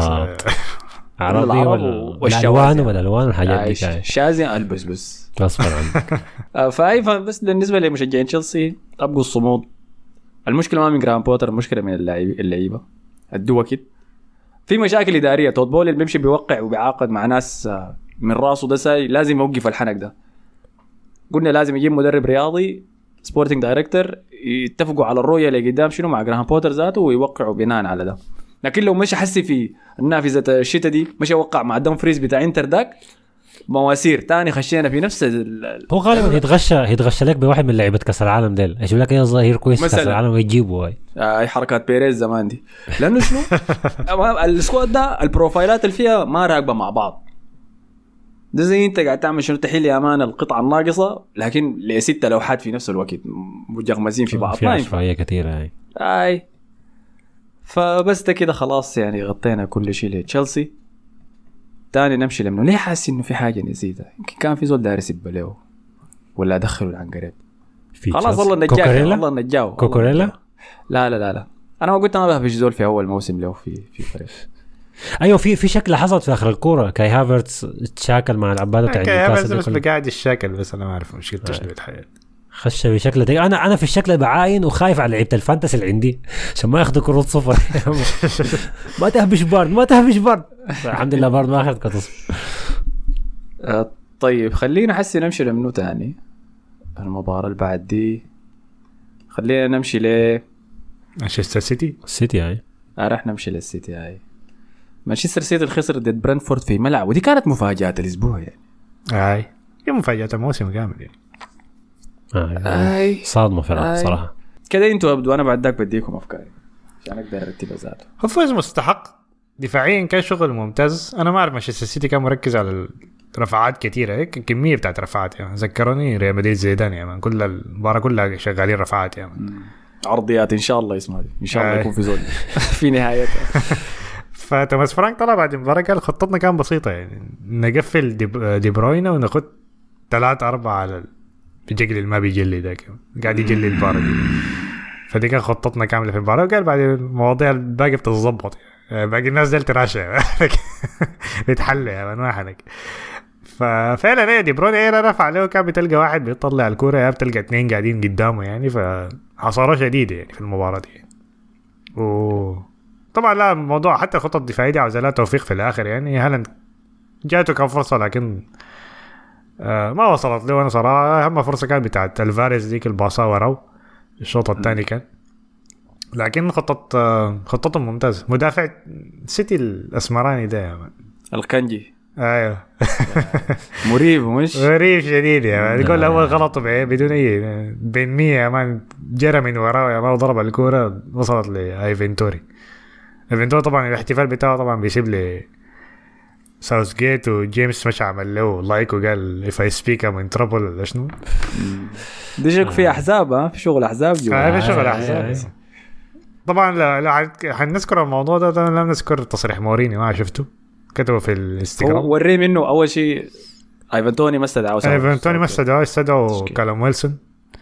عربي والالوان والالوان والحاجات دي شازي البس بس اصبر عنك. فاي بس بالنسبه لمشجعين تشيلسي ابقوا الصمود. المشكله ما من جرام بوتر المشكله من اللعيبه الدوكيت. في مشاكل إدارية. توت بولي اللي بيمشي بيوقع وبيعاقد مع ناس من راسه ده ساي لازم يوقف الحنك ده. قلنا لازم يجيب مدرب رياضي سبورتنج دايركتور يتفقوا على الرؤية اللي قدام شنو مع جراهام بوتر ذاته ويوقعوا بناء على ده. لكن لو مش حسي في النافذة الشتاء دي مش يوقع مع دم فريز بتاع انتر داك مواسير تاني خشينا في نفس ال... هو غالبا يتغشى يتغشى لك بواحد من لعيبه كاس العالم ديل يجيب لك اي ظهير كويس كاس العالم ويجيبه هاي اي حركات بيريز زمان دي. لانه شنو السكواد ده البروفايلات اللي فيها ما راكبه مع بعض. ده زي انت قاعد تعمل شنو تحل يا امان القطعه الناقصه لكن لست لوحات في نفس الوقت مجغمزين في بعض ما ينفع كثيره هاي. اي فبس ده كده خلاص يعني غطينا كل شيء لتشيلسي. تاني نمشي لمنه ليه حاسس انه في حاجه نسيتها. يمكن كان في زول داير يسب له ولا ادخله العنقريب. خلاص والله نجاه والله نجاه كوكوريلا. لا لا لا لا انا ما قلت انا بهبش زول في اول موسم له في في فريق. ايوه في في شكل حصلت في اخر الكوره. كاي هافرتس تشاكل مع العباده تاع كاي هافرتس بس بقاعد الشكل بس انا ما اعرف مشكلته شنو الحياه. خش بشكل دي. انا انا في الشكل بعاين وخايف على لعيبه الفانتسي اللي عندي عشان ما ياخذوا كروت صفر. ما تهبش بارد ما تهبش بارد. الحمد لله بارد ما اخذت كروت. طيب خلينا حسي نمشي لمنو تاني المباراة اللي بعد دي. خلينا نمشي ل مانشستر سيتي. السيتي هاي آه رح نمشي للسيتي. هاي مانشستر سيتي الخسر ضد برنتفورد في ملعب، ودي كانت مفاجأة الأسبوع يعني. هاي هي مفاجأة الموسم كامل يعني. آه صادمة فعلا صراحة. كده انتوا ابدوا، انا بعد ذاك بديكم افكاري عشان اقدر ارتب ذاته. هو فوز مستحق دفاعيا، كان شغل ممتاز. انا ما اعرف مانشستر سيتي كان مركز على الرفعات كثيره هيك، كميه بتاعت رفعات يعني ذكروني ريال مدريد زيدان يعني، كل المباراه كلها شغالين رفعات يعني. عرضيات ان شاء الله اسمها دي ان شاء الله يكون في زول في نهايتها. فتوماس فرانك طلع بعد المباراه قال خطتنا كان بسيطه يعني، نقفل دي بروينا وناخذ ثلاثة أربعة على بجلي اللي ما بيجلي ده كمان قاعد يجلي المباراه دي. فدي كان خطتنا كامله في المباراه. وقال بعد المواضيع الباقي بتتظبط يعني، باقي الناس دي تراشة بيتحل يا من واحدك. ففعلا ايه دي بروين ايه رفع له، كان بتلقى واحد بيطلع الكوره يا بتلقى اثنين قاعدين قدامه يعني، فحصاره شديده يعني في المباراه دي. وطبعا لا موضوع حتى الخطط الدفاعيه دي عاوزه لها توفيق في الاخر يعني. هالاند جاته كان فرصه لكن آه ما وصلت له. انا صراحه اهم فرصه كانت بتاعت الفاريز ديك الباصا وراه الشوط الثاني كان، لكن خطط خطتهم ممتازه. مدافع سيتي الاسمراني ده يا مان الكنجي ايوه مريب مش مريب شديد يا مان. يقول اول غلط بدون اي بين مية يا مان، جرى من وراه يا مان وضرب الكوره وصلت لاي فينتوري. فينتوري طبعا الاحتفال بتاعه طبعا بيسيب لي ساوث جيت، وجيمس مش عمل له لايك وقال if I speak I'm in trouble ولا شنو. دي شك في احزاب ها، في شغل احزاب جوا. في شغل احزاب طبعا. لا لا حنذكر الموضوع ده, ده لم نذكر تصريح مورينيو ما شفته كتبه في الانستغرام. وريه منه اول شيء ايفان توني ما استدعاه. ايفان توني ما استدعاه، استدعوا كالوم ويلسون.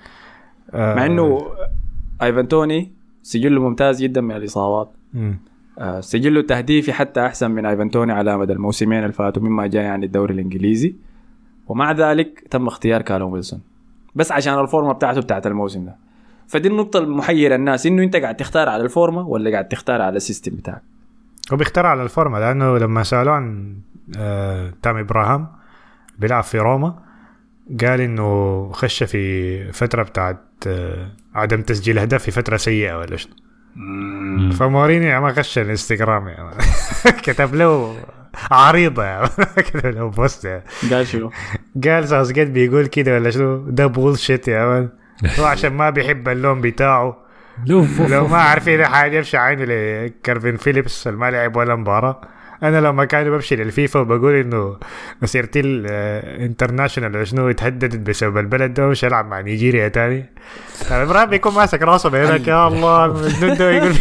مع انه ايفان توني سجله ممتاز جدا من الاصابات، آه سجله تهديفي حتى احسن من ايفان توني على مدى الموسمين اللي فاتوا مما جاء يعني الدوري الانجليزي. ومع ذلك تم اختيار كالوم ويلسون بس عشان الفورمه بتاعته بتاعت الموسم ده. فدي النقطة المحيرة الناس، إنه أنت قاعد تختار على الفورمة ولا قاعد تختار على السيستم بتاعك. هو بيختار على الفورمة، لأنه لما سألوا عن آه تامي إبراهام بيلعب في روما قال إنه خش في فترة بتاعت آه عدم تسجيل أهداف في فترة سيئة ولا شنو. فمورينيو ما خش الانستغرام يعني كتب له عريضة يعني كتب له بوست قال شنو؟ قال ساوثجيت بيقول كده ولا شنو، ده بولشيت يا مان. هو عشان ما بيحب اللون بتاعه، لو ما عارفين حاجة يمشي عينه لكارفين فيليبس اللي ما لعب ولا مباراة. أنا لما كانوا بمشي للفيفا وبقول إنه مسيرتي الانترناشنال شنو اتهددت بسبب البلد ده ومش هلعب مع نيجيريا تاني. إبراهيم بيكون ماسك راسه بينك يا الله المجنون ده يقول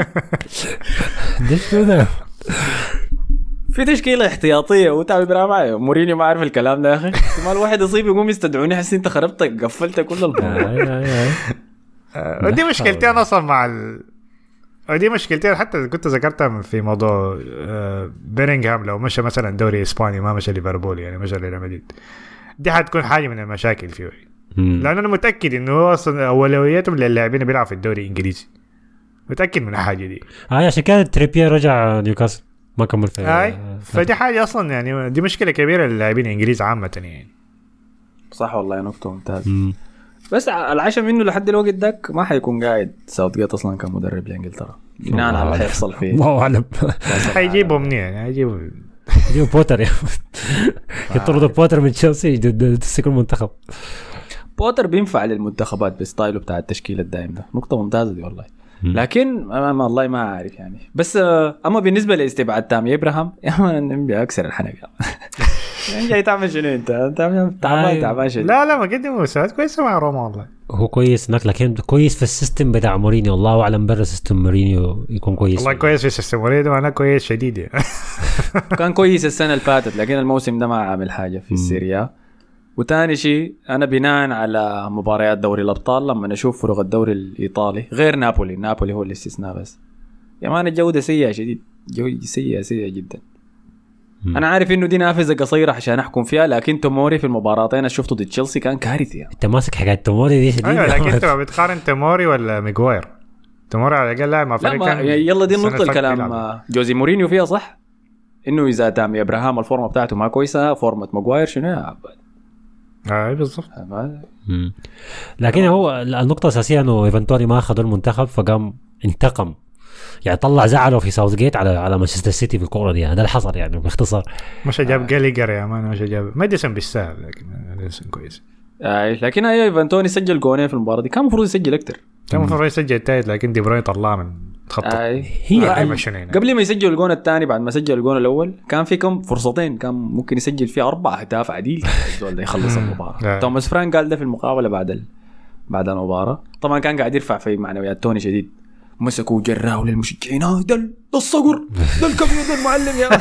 ليش كده في تشكيلة احتياطية وتعب إبراهيم مورينيو ما عارف الكلام ده يا أخي. ما الواحد يصيب يقوم يستدعوني حسين أنت خربتك قفلت كل البطولة. ودي مشكلتي أنا أصلا مع ال... ودي مشكلتي حتى كنت ذكرتها في موضوع بيرينغهام. لو مشى مثلا دوري إسباني ما مشى ليفربول يعني مشى ريال مدريد، دي حتكون حاجة من المشاكل فيه، لأن أنا متأكد إنه هو أصلا أولوياتهم للاعبين بيلعبوا في الدوري الإنجليزي. متأكد من الحاجة دي. آه عشان كده تريبير رجع نيوكاسل ما كمل في هاي. فدي حاجة أصلا يعني دي مشكلة كبيرة للاعبين الإنجليز عامة يعني. صح والله نقطة ممتازة. بس العشاء منه لحد الوقت داك ما حيكون قاعد ساوثجيت أصلا كمدرب لإنجلترا بناء على اللي حيحصل فيه. الله أعلم. حيجيبوا منين يعني حيجيبوا يجيبوا بوتر يطردوا بوتر من تشيلسي تسكر المنتخب. بوتر بينفع للمنتخبات بستايله بتاع التشكيل الدائم ده. نقطة ممتازة دي والله. لكن ما الله ما عارف يعني. بس اما بالنسبه لاستبعاد تامي ابراهام يا مان اكسر الحنك يعني جاي تعمل شنو انت انت تعبان تعبان شنو. لا لا ما قدموا مساعد كويسه مع روما والله. هو كويس هناك لكن كويس في السيستم بتاع مورينيو. الله اعلم برا سيستم مورينيو يكون كويس والله. كويس في سيستم مورينيو وانا كويس شديد يعني. كان كويس السنه اللي فاتت لكن الموسم ده ما عامل حاجه في السيريا. وتاني شيء أنا بناء على مباريات دوري الأبطال لما نشوف فرق الدوري الإيطالي غير نابولي. نابولي هو الاستثناء بس يا مان الجودة سيئة شديد، جودة سيئة سيئة جدا. مم. أنا عارف إنه دي نافذة قصيرة عشان أحكم فيها لكن توموري في المباراتين أنا شفته ضد تشيلسي كان كارثي. أنت ماسك حاجات توموري دي شديد. أيوة لكن أنت بتقارن توموري ولا ميغواير؟ توموري على الأقل لا ما فرق كان. يلا دي النقطة الكلام جوزي مورينيو فيها صح. انه اذا تامي ابراهام الفورمه بتاعته ما كويسه فورمه ماجواير شنو يا عباد. اي بالضبط. لكن هو النقطه الاساسيه انه ايفان توني ما اخذ المنتخب فقام انتقم يعني طلع زعله في ساوث جيت على على مانشستر سيتي في الكوره دي. هذا اللي حصل يعني باختصار. مش جاب جاليجر يا مان. مش جاب ماديسون بالسهل لكن ماديسون كويس. اي لكن اي ايفان توني سجل جونين في المباراه دي كان المفروض يسجل اكثر. كان المفروض يسجل الثالث لكن دي بروين طلع من خط. هي قبل ما يسجل الجون الثاني بعد ما سجل الجون الاول كان في كم فرصتين كان ممكن يسجل فيها اربع اهداف عديل الزول ده يخلص المباراه. توماس فرانك قال ده في المقابله بعد ال... بعد المباراه. طبعا كان قاعد يرفع في معنويات توني شديد. مسكوا جراه للمشجعين ها ده الصقر ده الكبير ده المعلم يا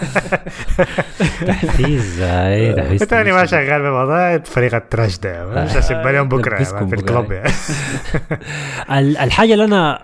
تحفيز. اي تحفيز ثاني ما شغال بموضوع فريق التراش ده مش هسيب اليوم بكره في الكلوب. الحاجه اللي انا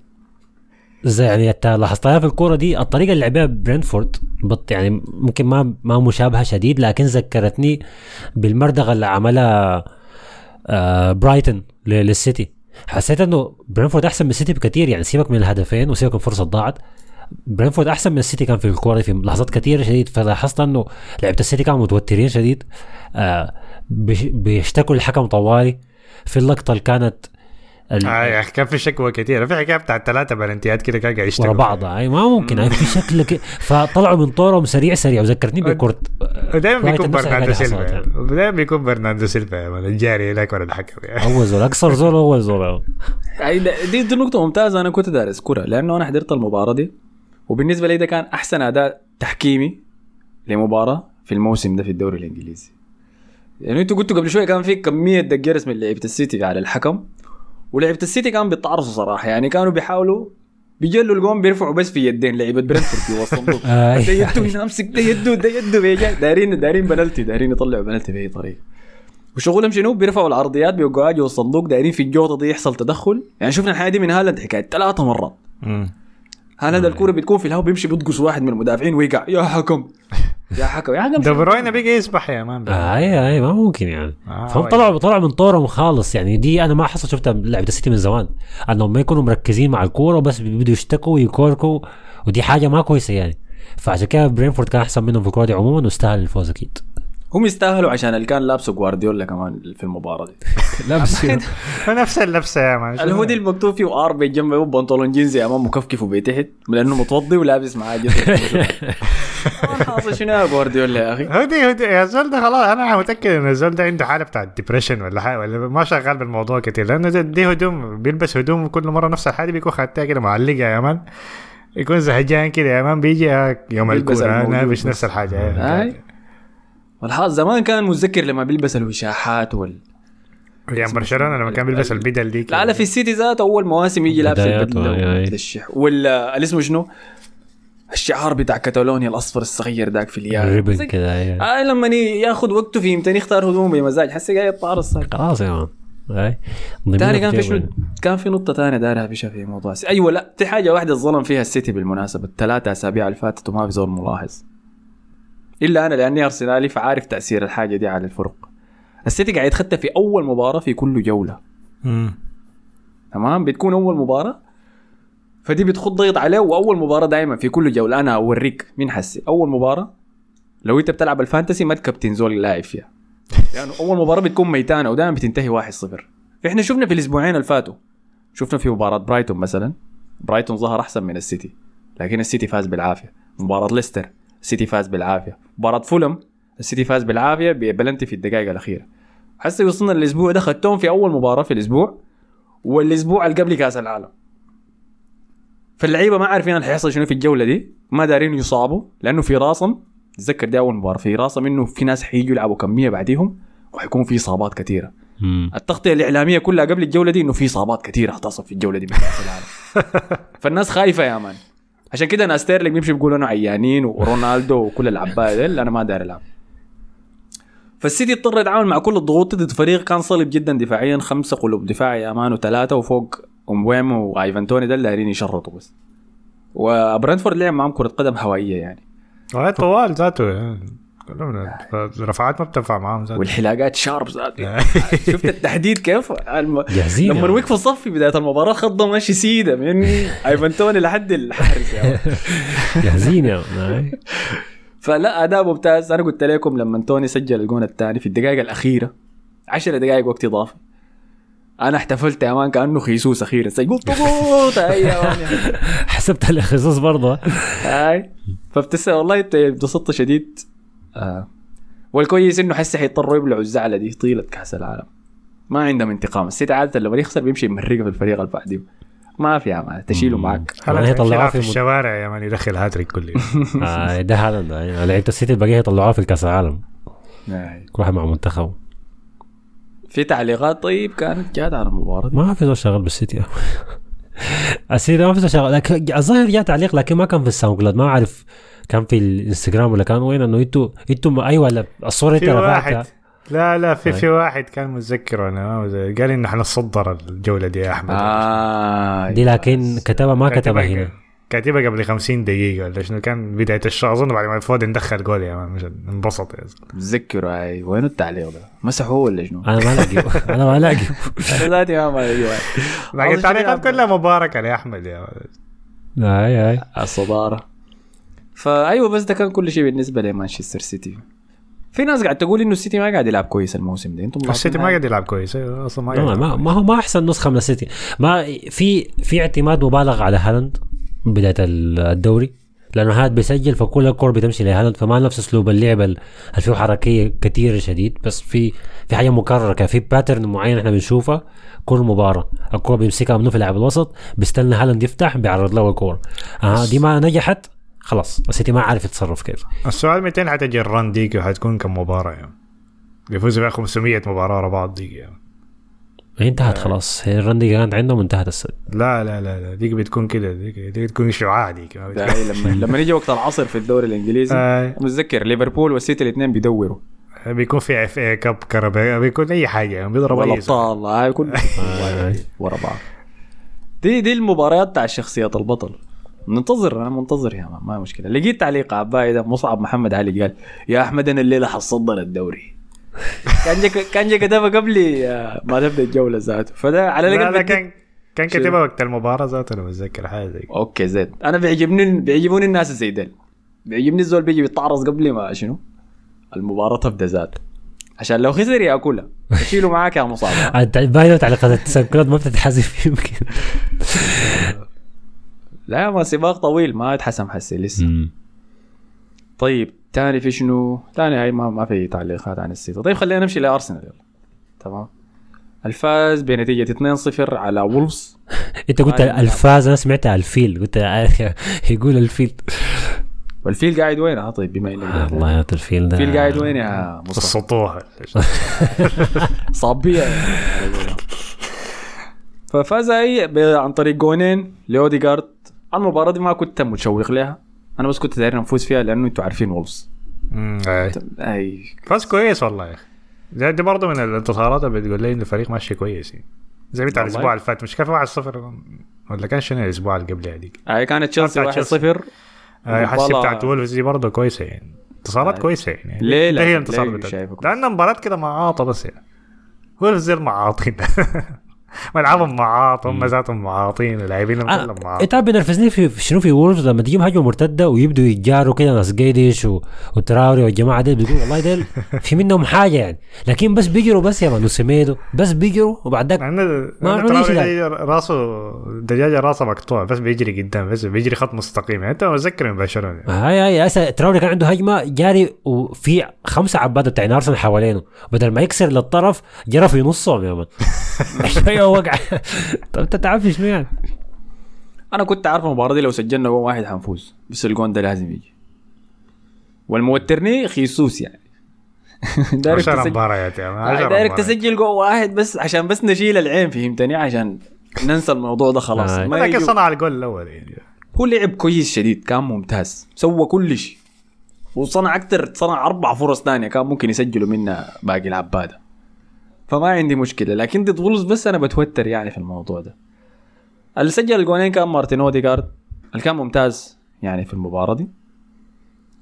زي يعني لاحظتها في الكوره دي الطريقه اللي لعبها برينتفورد بط يعني ممكن ما ما مشابهه شديد لكن ذكرتني بالمردغه اللي عملها آه برايتون للسيتي. حسيت انه برينفورد احسن من السيتي بكثير يعني سيبك من الهدفين وسيبك من فرصه ضاعت. برينفورد احسن من السيتي كان في الكوره في لحظات كثيره شديد. فلاحظت انه لعبه السيتي كانوا متوترين شديد آه بيشتكوا الحكم طوالي في اللقطه اللي كانت ال... آه كان في شكوى كثيره في حكايه بتاع ثلاثه بلنتيات كده كان قاعد يشتكوا ورا بعض. اي ما ممكن هاي في شكل ك... فطلعوا من طورهم سريع سريع وذكرتني بكورت. دائما بيكون برناردو سيلفا دائما بيكون برناردو سيلفا الجاري هناك ولا الحكم يعني. اول زول اكثر زول اول زول. اي دي, دي نقطه ممتازه. انا كنت دارس كره لانه انا حضرت المباراه دي وبالنسبه لي ده كان احسن اداء تحكيمي لمباراه في الموسم ده في الدوري الانجليزي. يعني انتوا قلتوا قبل شويه كان في كميه دقرس من لعيبه السيتي على الحكم ولعبة السيتي كانوا بيتعرصوا صراحة يعني كانوا بيحاولوا بيجلوا الجون بيرفعوا بس في يدين لعيبة برينتفورد يوصلوا ده يده هنا امسك ده يده ده يده بيجي دارين دارين بنالتي دارين يطلعوا بنالتي بأي طريقة. وشغلهم شنو بيرفعوا العرضيات بيوقعوا يجوا الصندوق دارين في الجوطة دي يحصل تدخل. يعني شفنا الحاجة دي من هالاند حكاية ثلاثة مرات. هالاند الكورة بتكون في الهواء بيمشي بيدقص واحد من المدافعين ويقع يا حكم يا حكم يا حكم ده بروين بيجي يسبح يا مان. اي اي ما ممكن يعني آه فهم طلعوا طلعوا من طورهم خالص يعني. دي انا ما حصل شفتها لعبة السيتي من زمان انهم ما يكونوا مركزين مع الكوره بس بيبدوا يشتكوا ويكوركوا ودي حاجه ما كويسه يعني. فعشان كده برينفورد كان احسن منهم في الكوره دي عموما واستاهل الفوز اكيد. هم يستاهلوا عشان اللي كان لابسه غوارديولا كمان في المباراه دي لابسه نفس اللبسه يا مان. الهودي المكتوب فيه ار بجنبه بنطلون جينزي امام مكفكف وبيتحت لانه متوضي ولابس معاه جزء. حاصل شنو يا غوارديولا يا اخي. هودي هودي يا زول ده خلاص انا متاكد ان الزول ده عنده حاله بتاع ديبريشن ولا حاجه ولا ما شغال بالموضوع كتير لانه دي هدوم بيلبس هدوم كل مره نفس الحاجه بيكون خدتها كده معلقه يا مان يكون زهجان كده يا مان بيجي يوم الكوره انا مش نفس الحاجه. والحظ زمان كان متذكر لما بيلبس الوشاحات وال يعني برشلونه لما كان بيلبس البدل دي. لا لا في السيتي ذات اول مواسم يجي لابس البدله والشح ولا الاسم شنو الشعار بتاع كاتالونيا الاصفر الصغير داك في اليار ريبل كده. اه لما ياخذ وقته في يمتى يختار هدوم بمزاج حسي جاي يطارص صار خلاص يا مان. تاني كان في شنو كان في نقطه ثانيه دارها بشا في موضوع سي. ايوه لا في حاجه واحده ظلم فيها السيتي بالمناسبه الثلاثه اسابيع اللي فاتت وما في زول ملاحظ الا انا لاني ارسنالي فعارف تاثير الحاجه دي على الفرق. السيتي قاعد يتخطى في اول مباراه في كل جوله. امم تمام بتكون اول مباراه فدي بتخط ضغط عليه. واول مباراه دائما في كل جوله انا اوريك مين حسي اول مباراه لو انت بتلعب الفانتسي ما تكابتن زول لاعب فيها يعني اول مباراه بتكون ميتانه ودائما بتنتهي واحد صفر. فاحنا شفنا في الاسبوعين اللي فاتوا شفنا في مباراه برايتون مثلا برايتون ظهر احسن من السيتي لكن السيتي فاز بالعافيه. مباراه ليستر السيتي فاز بالعافيه. مباراه فولم السيتي فاز بالعافيه ببلنتي في الدقائق الاخيره. حسي وصلنا الاسبوع ده خدتهم في اول مباراه في الاسبوع والاسبوع اللي قبل كاس العالم. فاللعيبه ما عارفين اللي حيحصل شنو في الجوله دي ما دارين يصابوا لانه في راسهم تذكر دي اول مباراه في راسهم انه في ناس حييجوا يلعبوا كميه بعديهم وحيكون في اصابات كثيره. التغطيه الاعلاميه كلها قبل الجوله دي انه في اصابات كثيره حتصل في الجوله دي من كاس العالم. فالناس خايفه يا مان. عشان كده ناس ستيرلينج بيمشي بيقولوا انه عيانين ورونالدو وكل العبايه دي انا ما داير العب. فالسيتي اضطر يتعامل مع كل الضغوط ضد فريق كان صلب جدا دفاعيا خمسه قلوب دفاعي يا مان وثلاثه وفوق امبويم وايفان توني ده اللي دايرين يشرطوا بس. وبرنتفورد لعب معهم كره قدم هوائيه يعني طوال ذاته كلهم رفعات ما بتنفع معاهم زاد. والحلاقات شارب زاد. شفت التحديد كيف الم... جاهزين لما وقفوا الصف في بدايه المباراه خضوا ماشي سيده من ايفان توني لحد الحارس يا جاهزين يا مان. فلا اداء ممتاز. انا قلت لكم لما توني سجل الجون الثاني في الدقائق الاخيره عشر دقائق وقت اضافي انا احتفلت يا مان كانه خيسوس اخيرا سجل طوط اي حسبت الخصوص برضه هاي فبتسأل والله انبسطت شديد. آه. والكويس انه حس حيضطروا يبلعوا الزعلة دي طيلة كأس العالم ما عندهم انتقام. السيتي عادة لما يخسر بيمشي مرقة في الفريق اللي بعده ما فيها ما تشيله معك. هلا يطلعوه في الشوارع يا مان يدخل هاتريك كل يوم. آه ده هذا لعيبة السيتي الباقية يطلعوه في كأس العالم كل واحد مع منتخب. في تعليقات طيب كانت جات على المباراة ما في زول شغال بالسيتي السيتي ما في زول شغال لكن الظاهر جاء تعليق لكن ما كان في الساوند كلاود ما أعرف كان في الانستغرام ولا كان وين انه انتوا انتوا ايوه ولا الصوره انت رفعتها. لا لا في في واحد كان متذكر انا قال انه حنصدر الجوله دي يا احمد. آه دي لكن كتبها ما كتبها هنا كاتبها قبل خمسين دقيقه ولا شنو كان بدايه الشهر اظن بعد ما فودن دخل جول يا مش انبسط يا زلمه. متذكر اي وين التعليق ده مسحوه ولا شنو؟ انا ما لاقيه انا ما لاقيه انا ذاتي ما لاقيه. لكن التعليقات كلها مباركه يا احمد يا اي اي الصداره. فايوه بس ده كان كل شيء بالنسبه لمانشستر سيتي. في ناس قاعد تقول انه السيتي ما قاعد يلعب كويس الموسم ده. انتم السيتي ما قاعد يلعب كويس اصلا ما, ما, ما هو ما احسن نسخه من السيتي. ما في في اعتماد مبالغ على هالاند بدايه الدوري لانه هاد بيسجل فكل الكور بتمشي لهالاند فما نفس اسلوب اللعب اللي فيه حركيه كتير شديد بس في في حاجه مكرره كان في باترن معين احنا بنشوفها كل مباراه الكور بيمسكها منه في لاعب الوسط بيستنى هالاند يفتح بيعرض له الكور. آه دي ما نجحت خلاص السيتي ما عارف يتصرف كيف. السؤال متين حتجي الران ديك وحتكون كم مباراة يعني بيفوز بها خمسمية مباراة ورا بعض ديك يعني انتهت خلاص هي الران ديك كانت عندهم انتهت السنة. لا لا لا لا ديك بتكون كده ديك, ديك بتكون شعاع ديك لما لما يجي وقت العصر في الدوري الانجليزي آه. متذكر ليفربول والسيتي الاثنين بيدوروا بيكون في اف اي كاب كربا بيكون اي حاجة يعني بيضربوا اي ابطال هاي كل ورا بعض. دي دي المباريات تاع شخصية البطل. ننتظر انا منتظر يا ما, ما مشكله. لقيت تعليق عباي ده مصعب محمد علي قال يا احمد انا الليله حصدنا الدوري. كان جا كان جا كتبه قبل ما تبدا الجوله ذاته فده على الاقل كان كان كتبه وقت المباراه ذاته انا بتذكر حاجه زي اوكي زين. انا بيعجبني بيعجبوني الناس زي دل بيعجبني الزول بيجي بيتعرض قبل ما شنو المباراه تبدا ذاته عشان لو خسر ياكلها اشيله معاك يا مصعب. باينه تعليقات التسكلات ما بتتحذف يمكن لا ما سباق طويل ما اتحسم حسي لسه. مم. طيب تاني في شنو تاني هاي ما ما في تعليقات عن السيتي. طيب خلينا نمشي لأرسنال يلا. تمام الفاز بنتيجة اثنين صفر على وولفز. انت قلت الفاز انا سمعتها الفيل قلت يقول الفيل والفيل قاعد وين اه طيب بما انك الله يا الفيل ده الفيل قاعد وين يا مصطفى السطوح صابيه ففاز هي عن طريق جونين لأوديغارد. المباراة دي ما كنت متشوق لها انا بس كنت داير نفوز فيها لانه انتوا عارفين وولفز اي اي فاز كويس والله يا اخي. دي برضه من الانتصارات اللي بتقول لي ان الفريق ماشي كويس يعني. زي بتاع الاسبوع اللي فات مش كان واحد صفر ولا كان شنو الاسبوع اللي قبل هذيك اي كانت تشيلسي واحد صفر. اي حسي بتاعت وولفز دي برضه كويسه يعني انتصارات كويسه يعني. ليه لا هي انتصار لان مباراه كده معاطه بس يعني وولفز المعاطين ملعبهم معاط هم ذاتهم معاطين اللاعبين كلهم معاط. انت بنرفزني في شنو في وولفز لما تجيب هجمه مرتده ويبدوا يتجاروا كده ناس جيديش و... وتراوري والجماعه دي بيقولوا والله ديل في منهم حاجه يعني لكن بس بيجروا بس يا نسميدو بس بيجروا وبعد ذاك ما تراوري راسه دجاجه راسه مقطوع بس بيجري قدام بس بيجري خط مستقيم يعني. انت متذكر مباشره يعني. هاي هاي هسه تراوري كان عنده هجمه جاري وفي خمسه عباده بتاع ارسنال حوالينه بدل ما يكسر للطرف جرى في نصهم يا مان شويه وقع. طب انت تعرف شنو يعني. انا كنت عارف المباراه دي لو سجلنا جول واحد حنفوز بس الجون ده لازم يجي والموترني خيسوس يعني دايرك تسجل مباريات يعني دايرك تسجل جول واحد بس عشان بس نشيل العين فهمتني عشان ننسى الموضوع ده خلاص. آه. ما لكن صنع الجول الاول يعني. هو لعب كويس شديد كان ممتاز سوى كل شيء وصنع اكتر صنع اربع فرص ثانيه كان ممكن يسجلوا منها باقي العباده فما عندي مشكله. لكن ضد وولفز بس انا بتوتر يعني في الموضوع ده. اللي سجل الجونين كان مارتين اوديغارد اللي كان ممتاز يعني في المباراه دي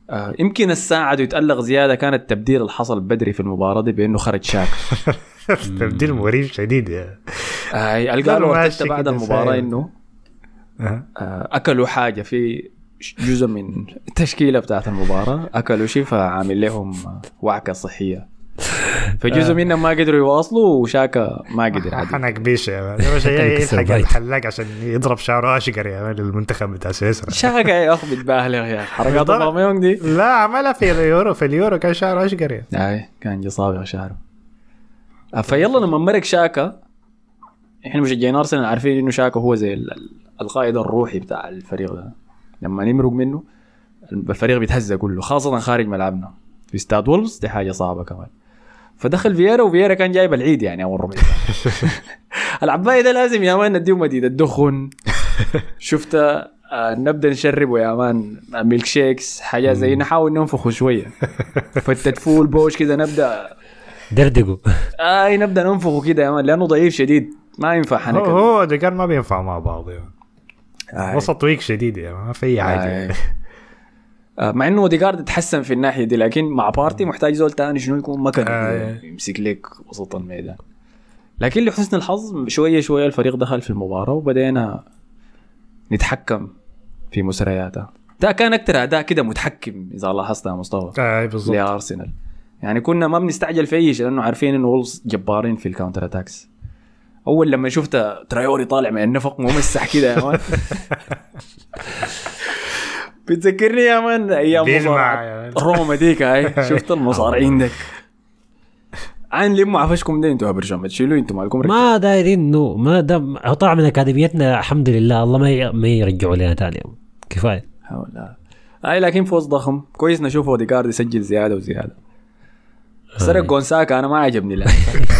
آه يمكن الساعد ويتألق زياده كان التبديل اللي حصل بدري في المباراه دي بانه خرج شاكا. تبديل مريب شديد يا آه القالوا بعد المباراه انه أه. آه اكلوا حاجه في جزء من التشكيله بتاعت المباراه، اكلوا شيء فعامل لهم وعكه صحيه، فجزء منهم ما قدروا يواصلوا وشاكا ما قدر عادي. حنك بيش يا مان، اول شيء يلحق الحلاق عشان يضرب شعره اشقر يا مان للمنتخب بتاع سويسرا. شاكا ياخذ بالغ يا حركات الضاميون دي. لا عملها في اليورو، في اليورو كان شعره اشقر يا اي كان جصابي شعره. فيلا لما مرق شاكا، احنا مشجعين ارسنال عارفين انه شاكا هو زي القائد الروحي بتاع الفريق ده، لما نمرق منه الفريق بيتهزأ كله، خاصة خارج ملعبنا في استاد وولفز، دي حاجة صعبة كمان. فدخل فييرا، وفييرا كان جايب العيد يعني أول ربع العباية ده لازم يا مان نديه مديد الدخن. شفت آه نبدأ نشربه يا مان ميلك شيكس، حاجة زي نحاول ننفخه شوية فتت فول بوش كده، نبدأ دردقوا آه نبدأ ننفخه كده يا مان، لأنه ضعيف شديد ما ينفع حنك. هو, هو ده كان ما بينفع مع بعض يعني. آه. وسط ويك شديد يعني ما في أي حاجة. آه. مع انه اوديغارد تحسن في الناحيه دي، لكن مع بارتي محتاج زول تاني شنو يكون مكان آه. يمسك لك وسط الميدان. لكن لحسن الحظ شويه شويه الفريق دخل في المباراه وبدينا نتحكم في مسرياتها. ده كان اكتر اداء كده متحكم اذا لاحظت يا مصطفى. اي بالضبط لارسنال يعني كنا ما بنستعجل في اي شيء لانه عارفين انه وولز جبارين في الكاونتر اتاكس. اول لما شفت ترايوري طالع من النفق ممسح كده يا مان بتذكرني يا مان ايام مصارعه روما ديك هاي. شفت المصارعين ديك عين لموا عفشكم ده انتوا برجم تشيلوا انتوا مالكم رجع. ما دايرين انه ما دام طلع من اكاديميتنا الحمد لله، الله ما ما يرجعوا لنا ثاني كفايه. لا اي لكن فوز ضخم كويس نشوف اوديغارد يسجل زياده وزياده. سرق جونساكا انا ما عجبني لا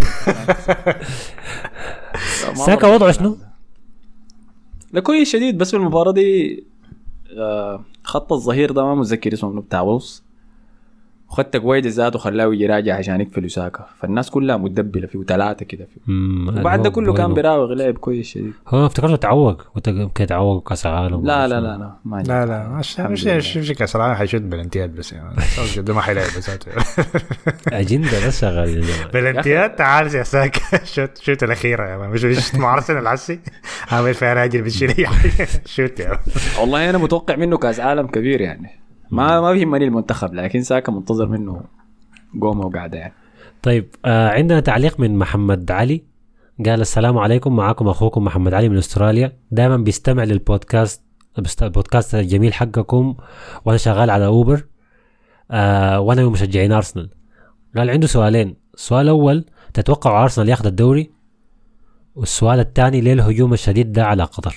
ساكا وضعه شنو؟ لا كويس شديد، بس في المباراه دي خط الظهير ده ما متذكر اسمه منو بتاع وولفز، وخدت قويد ذاته وخلاه يجي راجع عشان يقفل ساكا، فالناس كلها مدبله فيه وثلاثه كده فيه. وبعد ده كله كان بيراوغ لعب كويس شديد. هو افتكرته تعوق وكان تعوق كاس العالم. لا لا لا لا ما لا لا مش مش مش كاس العالم حيشوت بلنتيات بس يعني ده ما حيلعب ذاته اجنده بس شغال يا جماعه بلنتيات. تعال يا ساكا شوت شوت الاخيره يا مان، مش مش مع ارسنال العسي عامل فيها راجل بتشيل شوت يا والله انا متوقع منه كاس عالم كبير يعني، ما ما بيهمني المنتخب، لكن ساكا منتظر منه قومه وقاعده يعني. طيب آه عندنا تعليق من محمد علي قال السلام عليكم، معاكم اخوكم محمد علي من استراليا، دائما بيستمع للبودكاست البودكاست الجميل حقكم وانا شغال على اوبر آه وانا من مشجعين ارسنال. قال عنده سؤالين، السؤال الاول تتوقع ارسنال ياخذ الدوري، والسؤال الثاني ليه الهجوم الشديد ده على قطر؟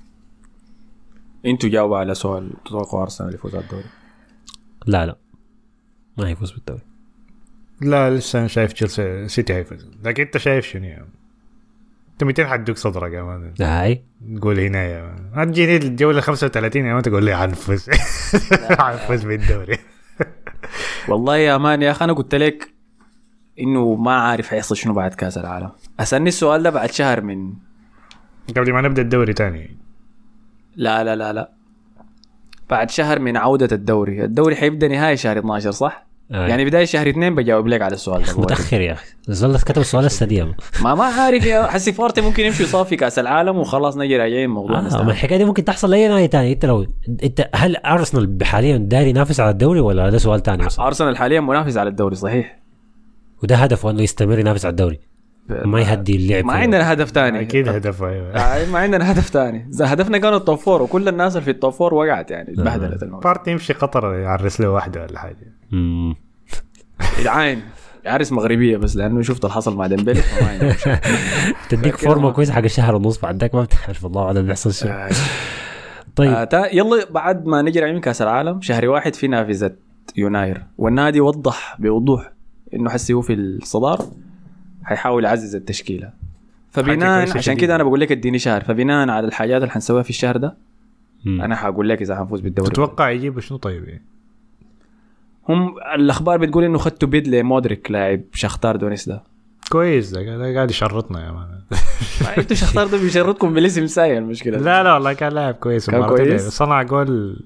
انتوا جاوبوا على سؤال تتوقع ارسنال يفوز على الدوري. لا لا ما هيفوز بالدوري. لا لسه انا شايف تشيلسي سيتي هيفوز، لكن انت شايف شنو يعني؟ انت متين حدوك صدرك يا مان. هاي تقول هنا يا مان هتجيني الجوله خمسة وثلاثين يا مان تقول لي حنفوز حنفوز بالدوري. والله يا مان يا اخي انا قلت لك انه ما عارف هيحصل شنو بعد كاس العالم. اسالني السؤال ده بعد شهر من قبل ما نبدا الدوري تاني. لا لا لا لا بعد شهر من عودة الدوري. الدوري حيبدأ نهاية شهر اثناشر صح؟ آه. يعني بداية شهر اثنين بجاوب لك على السؤال ده. متأخر يا أخي زلت كتب السؤال السديم. ما ما عارف يا حسي فارتي ممكن يمشي صافي كأس العالم وخلاص نجي راجعين موضوع آه ما الحكاية دي ممكن تحصل لأي نهاية تاني. انت لو انت هل أرسنال حاليا داير ينافس على الدوري ولا ده سؤال تاني أصلا؟ أرسنال حاليا منافس على الدوري صحيح، وده هدفه انه يستمر ينافس على الدوري ما يهدي اللعب. ما عندنا هدف تاني اكيد هدف ايوه ما عندنا هدف تاني. هدفنا كان التوب فور وكل الناس اللي في التوب فور وقعت يعني اتبهدلت الموضوع. بارتي يمشي قطر يعرس له واحده ولا حاجه. امم العين عرس مغربيه بس لانه شفت الحصل مع ديمبلي تديك فورمه كويس حق الشهر ونص بعدك ما بتعرف والله على اللي بيحصل شيء. طيب آه يلا بعد ما نجي من كاس العالم شهر واحد في نافذه يناير، والنادي وضح بوضوح انه حسي هو في الصداره حيحاول يعزز التشكيله. فبناء عشان كده انا بقول لك اديني شهر، فبناء على الحاجات اللي حنسويها في الشهر ده م. انا حقول لك اذا حنفوز بالدوري. تتوقع يجيبوا شنو طيب؟ إيه؟ هم الاخبار بتقول انه خدتوا بيد لمودريك لاعب شختار دونيس ده كويس، ده قاعد يشرطنا يا مان. انتوا شختار ده بيشرطكم بالاسم ساي المشكله. لا لا والله كان لاعب كويس، كان كويس صنع جول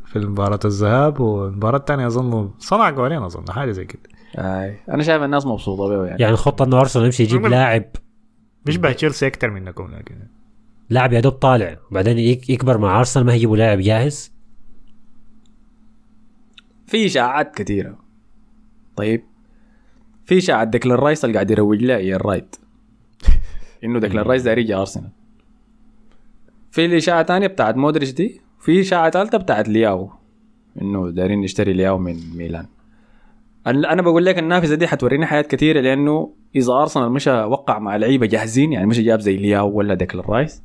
في المباراة الذهاب، والمباراة الثانية أظن صنع جولين أظن حاجة زي كده. اي انا شايف الناس مبسوطه بيه يعني. يعني الخطه انه ارسنال يمشي يجيب لاعب مش بقى تشيلسي اكثر منكم، لكن لاعب يا دوب طالع بعدين يكبر مع ارسنال، ما هيجيبوا لاعب جاهز. في اشاعات كثيره. طيب في اشاعه ديكلان رايس اللي قاعد يروج لها يا الرايت انه ديكلان رايس داير يجي ارسنال. في الاشاعه ثانيه بتاعت مودريتش دي. في اشاعه ثالثه بتاعت لياو انه دايرين نشتري لياو من ميلان. انا بقول لك النافذه دي حتورينا حاجات كثيره، لانه اذا ارسنال مش وقع مع لعيبه جاهزين يعني مش جاب زي لياو ولا ديكلان رايس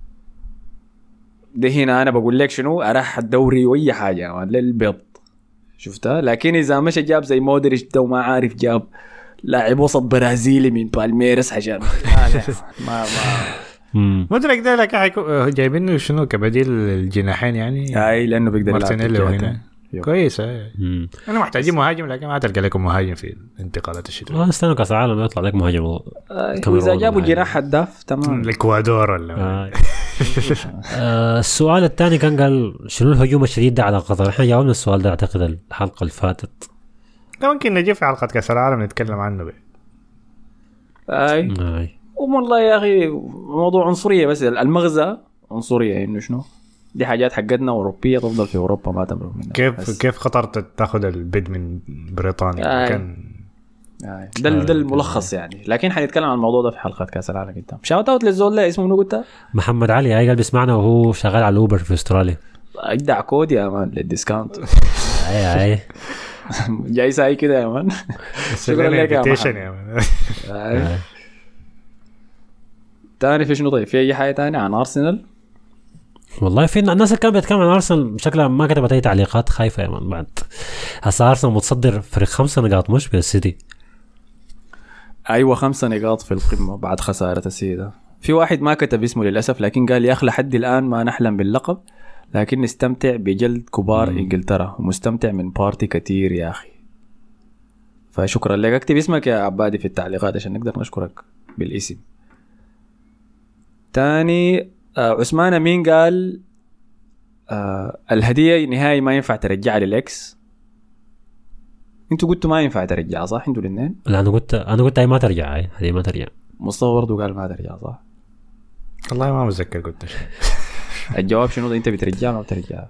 ده، هنا انا بقول لك شنو اراح الدوري واي حاجه للبيض شفتها. لكن اذا مش جاب زي مودريتش ده وما عارف جاب لاعب وسط برازيلي من بالميرس عشان ما ما مدرك ده لك جايبينه شنو كبديل الجناحين يعني. اي لانه بيقدر مارتينيلي وهنا كويس. انا محتاجين مهاجم لكن ما تلقى لكم مهاجم في الانتقالات الشتويه. اه استنوا كاس العالم يطلع لك مهاجم. اذا جابوا جناح هداف تمام. الاكوادور ولا آه. آه السؤال الثاني كان قال شنو الهجوم الشديد ده على قطر. احنا جاوبنا السؤال ده اعتقد الحلقه اللي فاتت. ممكن نجي في حلقه كاس العالم نتكلم عنه بقى. اي اي والله يا اخي موضوع عنصريه، بس المغزى عنصريه انه شنو دي حاجات حقتنا أوروبية تفضل في أوروبا ما تمرق منها. كيف بس. كيف قطر تاخذ البيد من بريطانيا؟ آه. كان آه. ده ده الملخص يعني. لكن حنتكلم عن الموضوع ده في حلقة كأس العالم قدام. شاوت اوت للزول ده اسمه منو قلت؟ محمد علي. اي قال بيسمعنا وهو شغال على الأوبر في استراليا. ادع كود يا مان للديسكاونت. اي اي جاي ساي كده يا مان. شكرا لك يا مان. تاني في شنو؟ طيب في اي حاجة تانية عن أرسنال؟ والله في الناس اللي كانت بتتكلم عن ارسنال بشكل ما كتبت اي تعليقات خايفه يا من بعد. هسه ارسنال متصدر فريق خمسة نقاط مش بالسيتي. ايوه خمسة نقاط في القمه بعد خساره السيده. في واحد ما كتب اسمه للاسف لكن قال يا اخي لحد الان ما نحلم باللقب لكن نستمتع بجلد كبار مم. انجلترا ومستمتع من بارتي كتير يا اخي. فشكرا لك. اكتب اسمك يا عبادي في التعليقات عشان نقدر نشكرك بالاسم. تاني آه عثمان امين قال آه الهديه نهائي ما ينفع ترجعها للاكس. انتوا قلتوا ما ينفع ترجعها صح انتوا الاثنين؟ لا انا قلت انا قلت هي ما ترجع. هي هذه ما ترجع. مصطفى برضه قال ما ترجع صح. والله ما متذكر قلت شيء. الجواب شنو ده؟ انت بترجعها ما بترجعها؟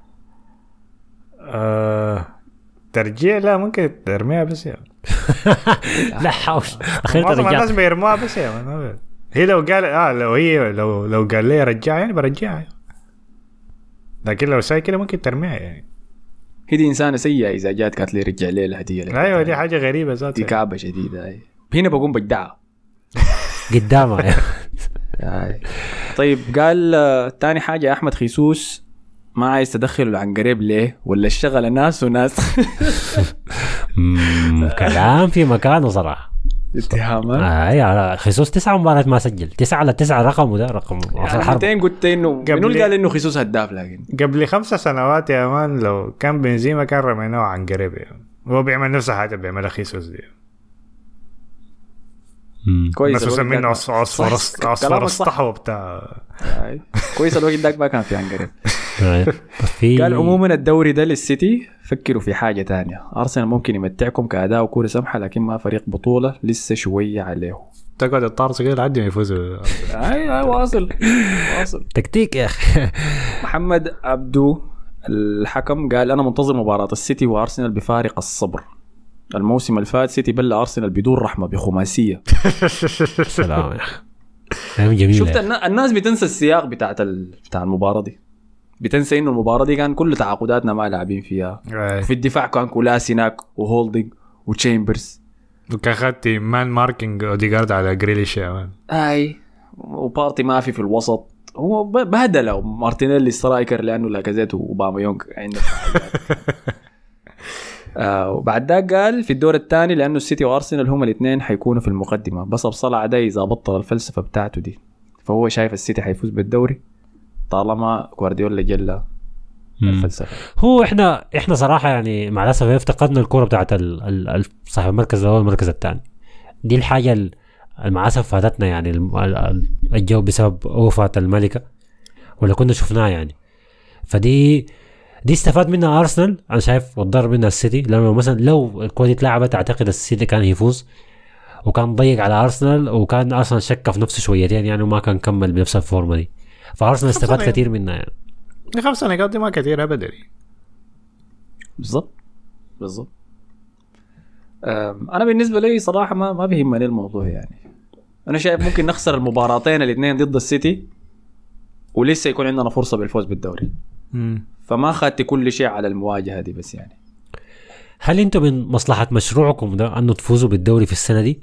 آه ترجيع لا ممكن ترميها بس يعني. لا حاول اخير ترجع. الناس بيرموها بس يعني. هي لو قال اه لو هي لو لو قال لي رجعها يعني برجعها. لكن لو سايكله ممكن ترميها يعني. هي دي انسانه سيئه اذا جات قالت لي رجع لي الهديه. ايوه دي حاجه غريبه ذاتها. دي كعبه شديده هاي. هنا بقوم بجدعها قدامها. طيب قال تاني حاجه احمد خيسوس ما عايز تدخله عن قريب ليه ولا اشتغل ناس وناس. كلام في مكانه صراحه. اتهامات. اي على خيسوس تسعة مباريات ما سجل. تسعة على تسعة رقمه ده رقم اخر حرب. يعني قلت انه منو قال انه خيسوس هداف لكن قبل خمسة سنوات يا مان لو كان بنزيما كان رميناه عن قريب يعني. هو بيعمل نفس حاجه بيعملها خيسوس دي. كويس. بس منه عصفور عصفور الصحوه بتاع. كويس الوقت داك ما كان في عن قريب. في قال عموما الدوري ده للسيتي فكروا في حاجة تانية. أرسنال ممكن يمتعكم كأداء وكورة سمحة لكن ما فريق بطولة لسه شوية عليه. تقعد الطارس كده لحد ما يفوزوا. أي أي واصل واصل تكتيك يا أخي. محمد عبدو الحكم قال أنا منتظر مباراة السيتي وأرسنال بفارق الصبر. الموسم الفات سيتي بلى أرسنال بدون رحمة بخماسية. سلام يا أخي. جميل. شفت الناس بتنسى السياق بتاعت بتاع المباراة دي. بتنسى انه المباراه دي كان كل تعاقداتنا ما لاعبين فيها. في الدفاع كان كولاسيناك وهولدينج وتشامبرز وكان خدت مان ماركينج اوديغارد على جريليش يا مان. اي وبارتي ما في في الوسط. هو بهدله مارتينيلي سترايكر لانه لاكازيت وباميونغ عنده. آه وبعد ذاك قال في الدور الثاني لانه السيتي وارسنال هما الاثنين حيكونوا في المقدمه بس بصلع ده اذا بطل الفلسفه بتاعته دي. فهو شايف السيتي حيفوز بالدوري طالما جوارديولا جل الفلسفه. هو احنا احنا صراحه يعني مع الاسف افتقدنا الكوره بتاعت صاحب المركز الاول والمركز الثاني. دي الحاجه اللي مع الاسف فاتتنا يعني الجو بسبب وفاه الملكه ولا كنا شفناه يعني. فدي دي استفاد منها ارسنال انا شايف، وضر منها السيتي، لانه مثلا لو الكوره دي اتلعبت اعتقد السيتي كان يفوز، وكان ضيق على ارسنال، وكان ارسنال شك في نفسه شويتين يعني، وما كان كمل بنفس الفورمه دي، فارسنال استفاد كثير منها يعني. دي خمسة نقاط دي ما كثير ابدا. بالضبط بالضبط. انا بالنسبه لي صراحه ما ما بيهمني الموضوع يعني. انا شايف ممكن نخسر المباراتين الاثنين ضد السيتي ولسه يكون عندنا فرصه بالفوز بالدوري. امم فما خدت كل شيء على المواجهه دي بس يعني. هل انتم من مصلحه مشروعكم ده انه تفوزوا بالدوري في السنه دي؟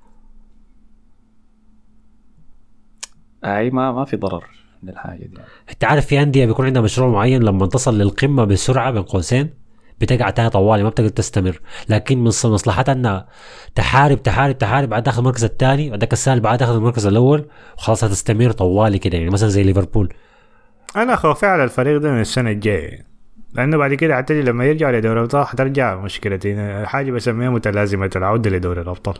اي ما ما في ضرر من الحاجه دي يعني. انت عارف في انديه بيكون عندها مشروع معين لما تصل للقمه بسرعه بين قوسين بتقع تاني طوالي ما بتقدر تستمر، لكن من مصلحتها انها تحارب تحارب تحارب بعد تاخذ المركز الثاني، بعدك السنه اللي بعدها تاخذ المركز الاول وخلاص هتستمر طوالي كده يعني، مثلا زي ليفربول. انا خوفي على الفريق ده من السنه الجايه، لانه بعد كده حتى لما يرجع لدوري الابطال حترجع مشكلتين، حاجه بسميها متلازمه العوده لدوري الابطال.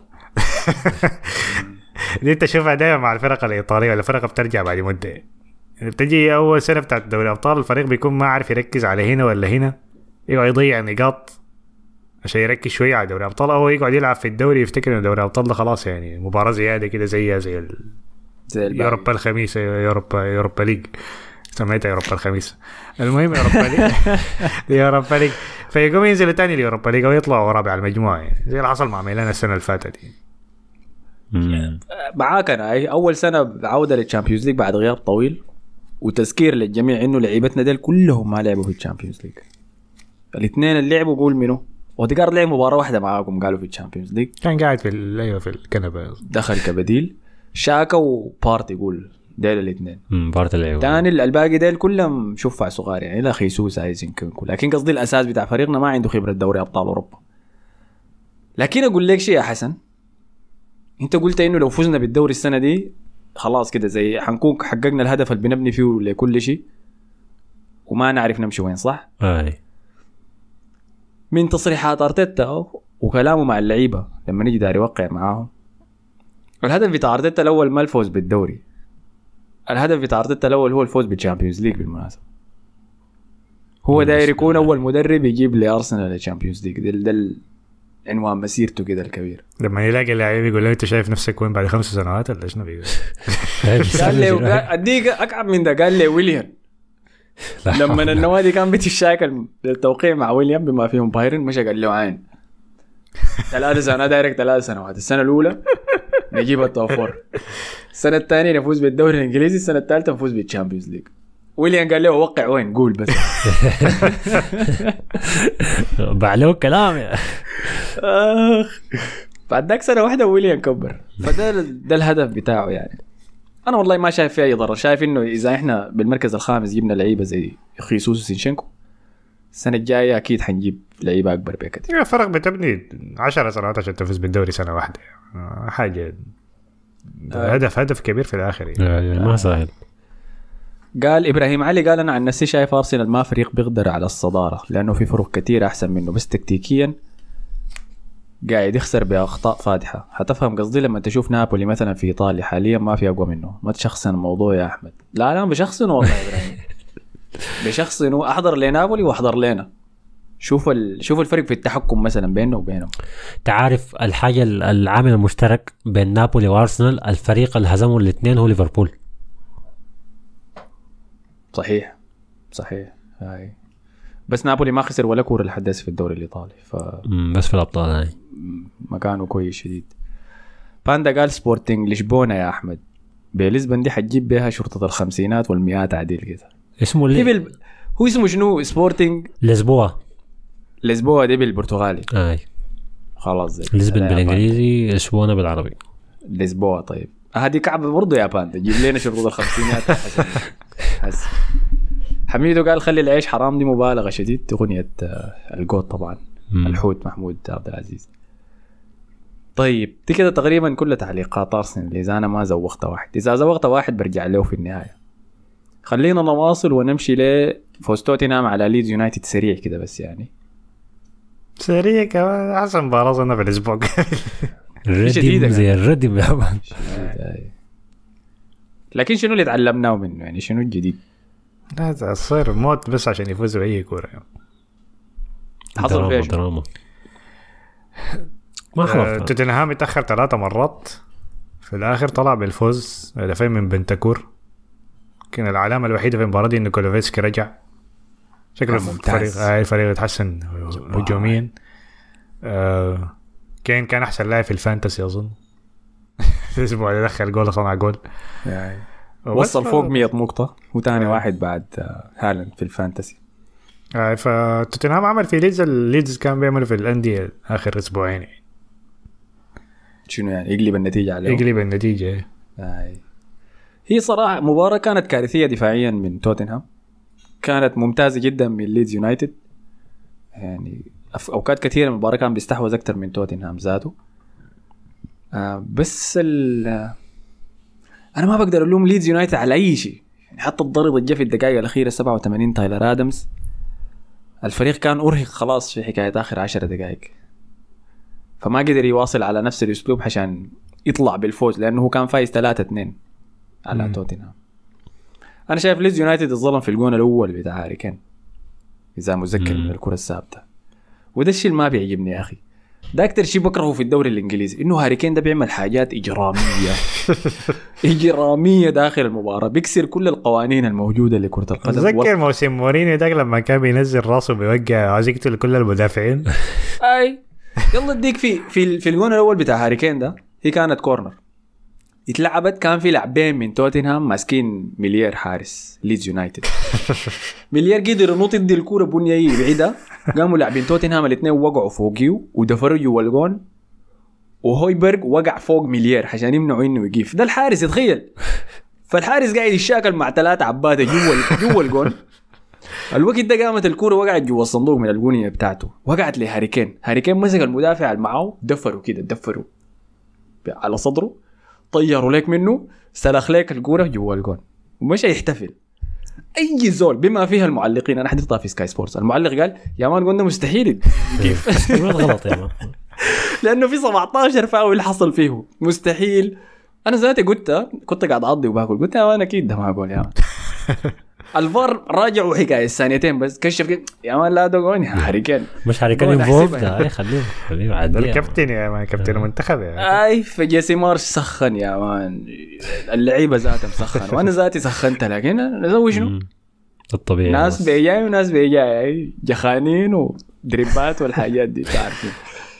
دي انت تشوفها دائما مع الفرق الايطاليه ولا الفرق بترجع بعد مده، بتجي اول سنه بتاعت دوري الابطال الفريق بيكون ما عارف يركز على هنا ولا هنا، يقعد يضيع نقاط عشان يركز شويه على دوري الابطال، او يقعد يلعب في الدوري يفتكر ان دوري الابطال ده خلاص يعني مباراه زياده كده زيها زي ال... زي يوروبا الخميس، يوروبا يوروبا ليج سميتها يوروبا الخميس، المهم يوروبا ليج يوروبا ليج، فيقوم ينزل تاني اليوروبا ليج ويطلع رابع المجموعه يعني، زي اللي حصل مع ميلان السنه اللي فاتت دي. معاك انا اي اول سنه عوده للتشامبيونز ليج بعد غياب طويل، وتذكير للجميع انه لعيبتنا ديل كلهم ما لعبوا في التشامبيونز ليج. الاثنين اللي لعبوا قول منه وديجارد لعب مباراه واحده معاكم قالوا في الشامبيونز ليج، كان قاعد في ايوه في الكنبه دخل كبديل. شاكا وبارتي يقول ديل الاثنين امم بارتي لعب ثاني، الباقي ديل كلهم شفع صغار يعني، لا خيسوس عايزين كل، لكن قصدي الاساس بتاع فريقنا ما عنده خبره دوري ابطال اوروبا. لكن اقول لك شيء يا حسن، انت قلت انه لو فزنا بالدوري السنه دي خلاص كده زي حنكون حققنا الهدف اللي بنبني فيه لكل شيء وما نعرف نمشي وين، صح؟ اي من تصريحات ارتيتا وكلامه مع اللعيبه لما نيجي داري يوقع معاهم، الهدف بتاع ارتيتا الاول ما الفوز بالدوري، الهدف بتاع ارتيتا الاول هو الفوز بالشامبيونز ليج. بالمناسبه هو داير يكون اول مدرب يجيب لارسنال الشامبيونز ليج، ده, ده عنوان مسيرته كده الكبير. لما يلاقي اللاعب يقول له انت شايف نفسك وين بعد خمس سنوات ولا شنو بيقول؟ قال لي اديك اكعب من ده، قال لي ويليام لما النوادي كان بتشاكل للتوقيع مع ويليام بما فيهم بايرن، مش قال له عين ثلاث سنوات دايركت ثلاث سنوات، السنه الاولى نجيب التوب فور، السنه الثانيه نفوز بالدوري الانجليزي، السنه الثالثه نفوز بالتشامبيونز ليج. ويليام قال له وقع وين؟ قول بس. بعلو كلام يا اخ بعد ذاك سنه واحده ويليام كبر، فده ده الهدف بتاعه يعني. انا والله ما شايف فيه اي ضرر، شايف انه اذا احنا بالمركز الخامس جبنا لعيبه زي خيسوس وسينشينكو، السنه الجايه اكيد حنجيب لعيبه اكبر بكثير. الفرق بتبني عشر سنوات عشان تفوز بالدوري سنه واحده، حاجه آه. هدف هدف كبير في الاخر يعني. ما سهل. قال ابراهيم علي قال انا عن نفسي شايف ارسنال ما فريق بيقدر على الصداره، لانه في فرق كتير احسن منه، بس تكتيكيا قاعد يخسر باخطاء فادحه. حتفهم قصدي لما تشوف نابولي مثلا في ايطاليا حاليا ما في اقوى منه. ما تشخصن الموضوع يا احمد. لا لا بشخصنه والله يا ابراهيم، بشخصنه. احضر لنابولي واحضر لنا، شوف ال... شوف الفرق في التحكم مثلا بيننا وبينهم. تعرف الحاجه العامل المشترك بين نابولي وارسنال، الفريق اللي هزموا الاثنين هو ليفربول. صحيح صحيح هاي، بس نابولي ما خسر ولا كوره لحد هسه في الدوري الايطالي، ف بس في الابطال هاي مكانه كويس شديد. باندا قال سبورتينج لشبونه يا احمد بليزبن دي حتجيب بها شرطه الخمسينات والمئات عديل كده. اسمه اللي بال... هو اسمه شنو؟ سبورتينج لشبوه. لشبوه دي بالبرتغالي. اي خلاص زي لشبن بالانجليزي، لشبونه بالعربي. لشبوه. طيب هذه كعبه برضه يا باندا، جيب لنا شرطه الخمسينات. حسن حس حميدو قال خلي العيش حرام، دي مبالغه شديد. اغنيه الجوت طبعا مم. الحوت محمود عبد العزيز. طيب دي كده تقريبا كل تعليقات ارسنال. اذا انا ما زوقت واحد، اذا زوقت واحد برجع له في النهايه. خلينا نواصل ونمشي لفوز توتنهام على ليدز يونايتد سريع كده بس يعني سريع كمان. احسن مباراه انا في الاسبوع الردم زي الردم يا مان. لكن شنو اللي تعلمناه منه يعني؟ شنو الجديد؟ لا تصير موت بس عشان يفوزوا اي كوره يعني. حصل فيها دراما ما حضرت. توتنهام يتاخر ثلاثة مرات في الاخر طلع بالفوز هدفين من بنتاكور. كان العلامه الوحيده في المباراه دي انه كولوفيتسكي رجع شكله الفريق هاي الفريق يتحسن هجوميا. آه كين كان احسن لاعب في الفانتسي اظن الاسبوع اللي دخل جول صنع جول يعني وصل فوق مية نقطه وثاني آه. واحد بعد هالاند في الفانتسي. آه فتوتنهام عمل في ليدز الليدز كان بيعملوا في الانديه اخر اسبوعين شنو يعني يقلب النتيجه عليه يقلب النتيجه. آه. هي صراحه مباراه كانت كارثيه دفاعيا من توتنهام كانت ممتازه جدا من ليدز يونايتد يعني اوقات كثيره من المباراه كان بيستحوذ اكثر من توتنهام ذاته. آه بس انا ما بقدر الوم ليدز يونايتد على اي شيء يعني حتى الضرب الجا في الدقائق الاخيره سبعة وثمانين تايلر ادمز الفريق كان ارهق خلاص في حكايه اخر عشر دقائق فما قدر يواصل على نفس الاسلوب عشان يطلع بالفوز لانه هو كان فايز ثلاثة اثنين على م. توتنهام. انا شايف ليدز يونايتد الظلم في الجون الاول بتاع هاري كين اذا متذكر من الكره الثابته وده الشيء ما بيعجبني يا اخي. ده اكتر شيء بكرهه في الدوري الانجليزي انه هاري كين ده بيعمل حاجات اجراميه اجراميه داخل المباراه بيكسر كل القوانين الموجوده لكره القدم. تذكر موسم مورينيو ده لما كان بينزل راسه بيوقع عايز يقتل كل المدافعين. اي يلا اديك في في في الجون الاول بتاع هاري كين ده هي كانت كورنر اتلعبت كان في لاعبين من توتنهام ماسكين مليار حارس ليدز يونايتد مليار قدر ينط يدي الكوره بنيه بعيده قاموا لاعبين توتنهام الاثنين وقعوا فوقيه ودفروا جوا الجون وهويبرغ وقع فوق مليار عشان يمنعوا انه يقيف. ده الحارس يتخيل فالحارس قاعد يشاكل مع ثلاثه عباده جوا جوا الجون. الوقت ده قامت الكوره وقعت جوا الصندوق من البنيه بتاعته وقعت لهاري كين. هاري كين مسك المدافع اللي معه دفروا كده دفروا على صدره طيروا لك منه سلخ لك الكوره جوا الجون ومش يحتفل. اي زول بما فيها المعلقين انا حضرتها في سكاي سبورتس المعلق قال يا مان قلنا مستحيل كيف غلط يا مان لانه في سبعة عشر فاول حصل فيه مستحيل. انا ذاتي قلت كنت قاعد اعضي وباكل قلت انا اكيد ده ما اقول يا مان. الفار راجعوا حكايه الثانيتين بس كشف يا مان لا ده جون هاري كين مش هاري كين انفولد اي خليه خليه عادي الكابتن يا مان كابتن المنتخب يا اي فجيسي مارش سخن يا مان اللعيبه ذاتها مسخن وانا ذاتي سخنت لكن نسوي شنو الطبيعي ناس بيجاي وناس بيجاي جخانين ودريبات والحاجات دي تعرفين.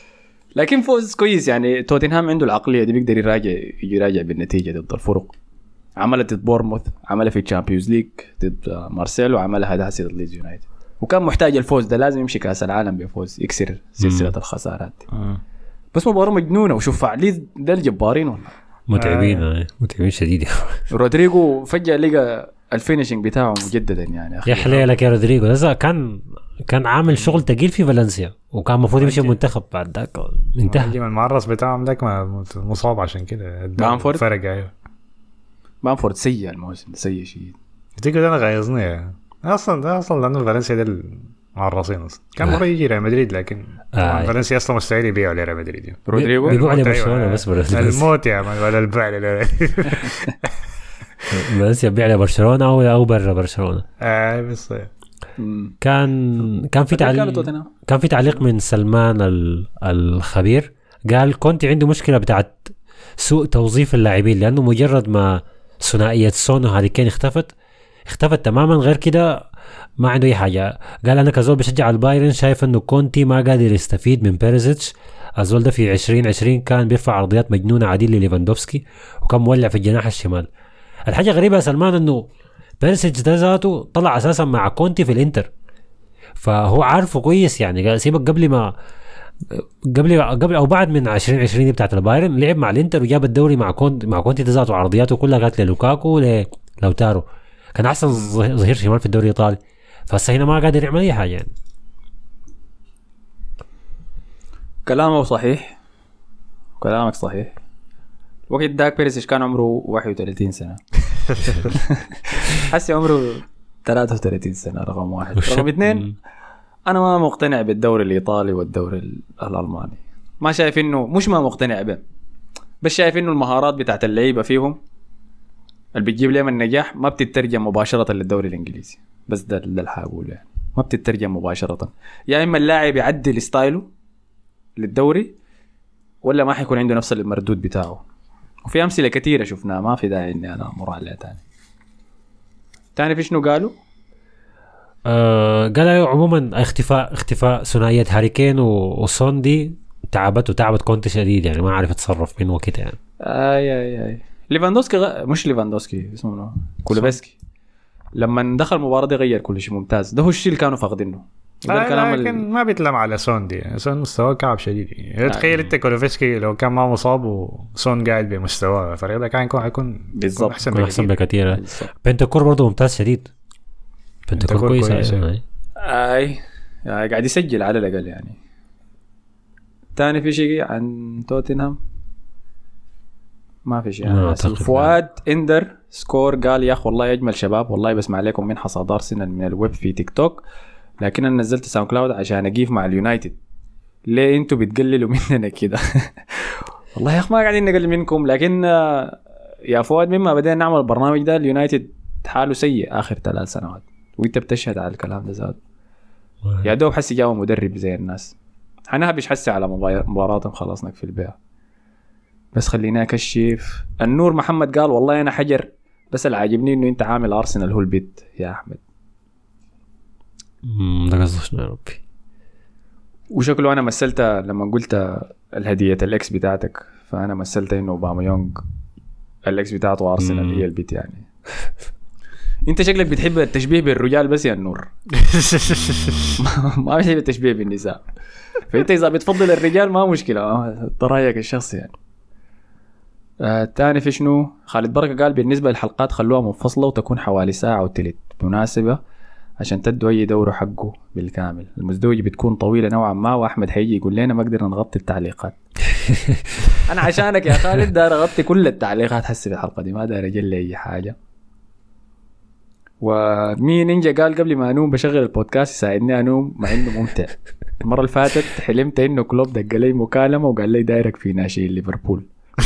لكن فوز كويس يعني توتنهام عنده العقليه دي بيقدر يراجع يراجع بالنتيجه ضد الفرق. عملت ضد بورموث عملها في الشامبيونز ليج ضد مارسيل وعملها هذا ضد ليدز يونايتد وكان محتاج الفوز ده لازم يمشي كاس العالم بفوز يكسر سلسله الخسارات دي. بس مباراه مجنونه وشوف فعلي ده الجبارين والله متعبين آه. متعبين شديد. رودريجو فجاه لقى الفينيشنج بتاعه مجددا يعني يا حليلك يا رودريجو ده كان كان عامل شغل تقيل في فالنسيا وكان المفروض يمشي المنتخب بعد ذاك انتهى. المعرس بتاعهم ذاك مصاب عشان كده بامفورد فرق ايوه بامفورد سيء الموسم سيء شيء. تيجي انا غيظني يعني. اصلا ده اصلا لانه فالنسيا ده المعرسين اصلا كان مره يجي ريال مدريد لكن آه فالنسيا اصلا مستحيل يبيعوا لريال مدريد يعني. رودريجو بيبيعوا لبرشلونه بس الموت يا مان ولا البيع بس يبيع لبرشلونه او او برا برشلونه. اه بس كان كان في تعليق كان في تعليق من سلمان الخبير قال كونتي عنده مشكله بتاعت سوء توظيف اللاعبين لانه مجرد ما ثنائيه سون وهاري كين اختفت اختفت تماما غير كده ما عنده اي حاجه. قال انا كزول بشجع البايرن شايف انه كونتي ما قادر يستفيد من بيريزيتش. الزول ده في عشرين عشرين كان بيرفع عرضيات مجنونه عديل لليفاندوفسكي وكان مولع في الجناح الشمال. الحاجه غريبه يا سلمان انه بيريزيتش ده ذاته طلع اساسا مع كونتي في الانتر فهو عارفه كويس يعني. قال سيبك قبل ما قبل قبل او بعد من عشرين عشرين دي بتاعت البايرن لعب مع الانتر وجاب الدوري مع كونتي مع كونتي ده ذاته عرضياته كلها كانت للوكاكو لوتارو كان احسن ظهير شمال في الدوري الايطالي فهسه هنا ما قادر يعمل اي حاجه يعني. كلامه صحيح كلامك صحيح. وقت داك بيريسيش كان عمره واحد وثلاثين سنه حسي عمره ثلاثة وثلاثين سنه رقم واحد. رقم اثنين انا ما مقتنع بالدوري الايطالي والدوري الالماني ما شايف انه مش ما مقتنع به بس شايف انه المهارات بتاعت اللعيبه فيهم اللي بتجيب لهم النجاح ما بتترجم مباشرة للدوري الإنجليزي. بس ده ده اللي هقوله يعني ما بتترجم مباشرة. يا إما اللاعب يعدل ستايله للدوري ولا ما حيكون عنده نفس المردود بتاعه. وفي أمثلة كثيرة شفناها ما في داعي إني أنا أمر عليها تاني. تاني في شنو قالوا؟ آه قالوا عموما اختفاء اختفاء ثنائية هاري كين وصون دي تعبت وتعبت كونتي شديد يعني ما عارف يتصرف من وقتها يعني. آي آي آي ليفاندوسكي غ... مش ليفاندوسكي اسمه كولوفسكي لما دخل المباراة دي غير كل شيء ممتاز. ده هو الشيء اللي كانوا فاقدينه. آه لكن ال... ما بيتلم على سون دي. سون مستواه كعب شديد يعني. تخيل انت كولوفسكي لو كان ما مصاب وسون قاعد بمستواه الفريق ده كان يكون حيكون بالضبط احسن احسن بكثير. بنتكور برضه ممتاز شديد. بنتكور كويس اي اي قاعد يسجل على الاقل يعني. تاني في شيء عن توتنهام ما في شيء يعني. فؤاد اندر سكور قال يا اخ والله اجمل شباب والله بسمع لكم من حصاد ارسنال من الويب في تيك توك لكن انا نزلت ساوند كلاود عشان اقيف مع اليونايتد. ليه انتوا بتقللوا مننا كده؟ والله يا اخ ما قاعدين نقلل منكم لكن يا فؤاد مما بدينا نعمل البرنامج ده اليونايتد حاله سيء اخر ثلاث سنوات وانت بتشهد على الكلام ده زاد. يا دوب حسي جاوا مدرب زي الناس حنهبش حسي على مباراتهم خلاص في البيع. بس خلينا اكشف. النور محمد قال والله انا حجر بس اللي عاجبني انه انت عامل ارسنال هو البيت يا احمد. امم ده قصدي شنو يا ربي. وشكله انا مثلت لما قلت الهديه الاكس بتاعتك فانا مثلت انه اوباميونغ الاكس بتاعته ارسنال هي البيت يعني. انت شكلك بتحب التشبيه بالرجال بس يا النور. ما بتحب التشبيه بالنساء. فانت اذا بتفضل الرجال ما مشكله ده رايك الشخصي يعني. آه تاني في شنو خالد بركة قال بالنسبة للحلقات خلوها منفصلة وتكون حوالي ساعة وتلت مناسبة عشان تدوا أي دورة حقه بالكامل. المزدوجة بتكون طويلة نوعا ما وأحمد حيجي يقول لنا ما قدرنا نغطي التعليقات. أنا عشانك يا خالد دار أغطي كل التعليقات حسي بالحلقة دي ما دار أجل أي حاجة. ومين نينجا قال قبل ما أنوم بشغل البودكاست يساعدني أنوم مع إنه ممتع. المرة اللي فاتت حلمت إنه كلوب دق لي مكالمة وقال لي دايرك في ناشئ ليفربول.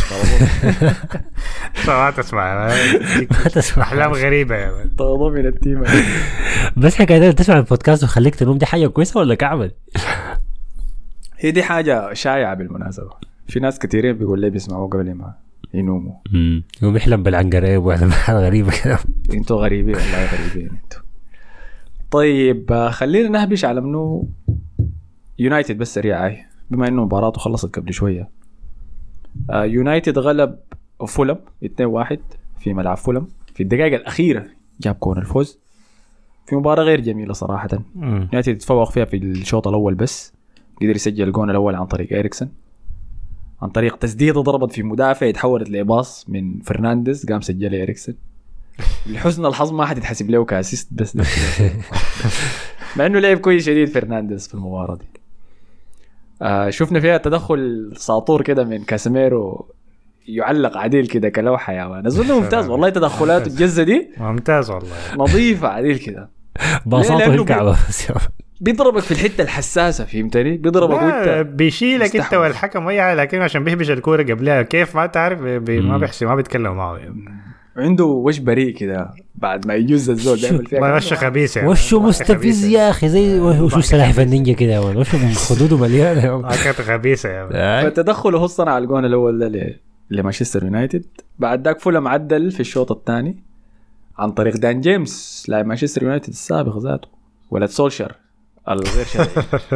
ما تسمع ما تسمع أحلام غريبة يا مان. طوضة من التيمة. بس حكاية تسمع البودكاست وخليك تنوم دي حاجة كويسة ولا كعبل؟ هي دي حاجة شائعة بالمناسبة. في ناس كتيرين بيقول لي بيسمعوا قبل ما ينوموا. امم يوم يحلم بالعنقريب ويحلم بحاجة غريبة كده. انتوا غريبين والله غريبين انتوا. طيب خلينا نهبش على منو يونايتد بس سريع بما انه مباراته خلصت قبل شوية. آه يونايتد غلب فولم اثنين واحد في ملعب فولم في الدقائق الأخيرة جاب كون الفوز في مباراة غير جميلة صراحة. يونايتد تفوق فيها في الشوط الأول بس قدر يسجل الجون الأول عن طريق إريكسن عن طريق تسديدة ضربت في مدافع يتحولت لإباص من فرنانديز قام سجل إريكسن. لحسن الحظ ما حد يتحسب له كاسيست بس مع إنه لعب كويس شديد فرنانديز في المباراة دي. آه شفنا فيها تدخل ساطور كده من كاسيميرو يعلق عديل كده كلوحة يا مان. أظن ممتاز والله تدخلات الجزة دي ممتاز والله نظيفة عديل كده بساطة الكعبة بيضربك في الحتة الحساسة فهمتني بيضربك وانت بيشيلك انت والحكم وياه لكن عشان بيهبش الكورة قبلها كيف ما تعرف بي ما بيحسي ما بيتكلم معه عنده وش بريء كده بعد ما يجوز الزول بيعمل فيها وشه خبيث يعني وشه مستفز يا اخي زي وشو سلاحف النينجا كده وشه خدوده مليانة كانت خبيثة يعني. فتدخله هو صنع الجون الأول ده لمانشستر يونايتد. بعد ذاك فولم عدل في الشوط الثاني عن طريق دان جيمس لاعب مانشستر يونايتد السابق ذاته ولد سولشر الغير شرعي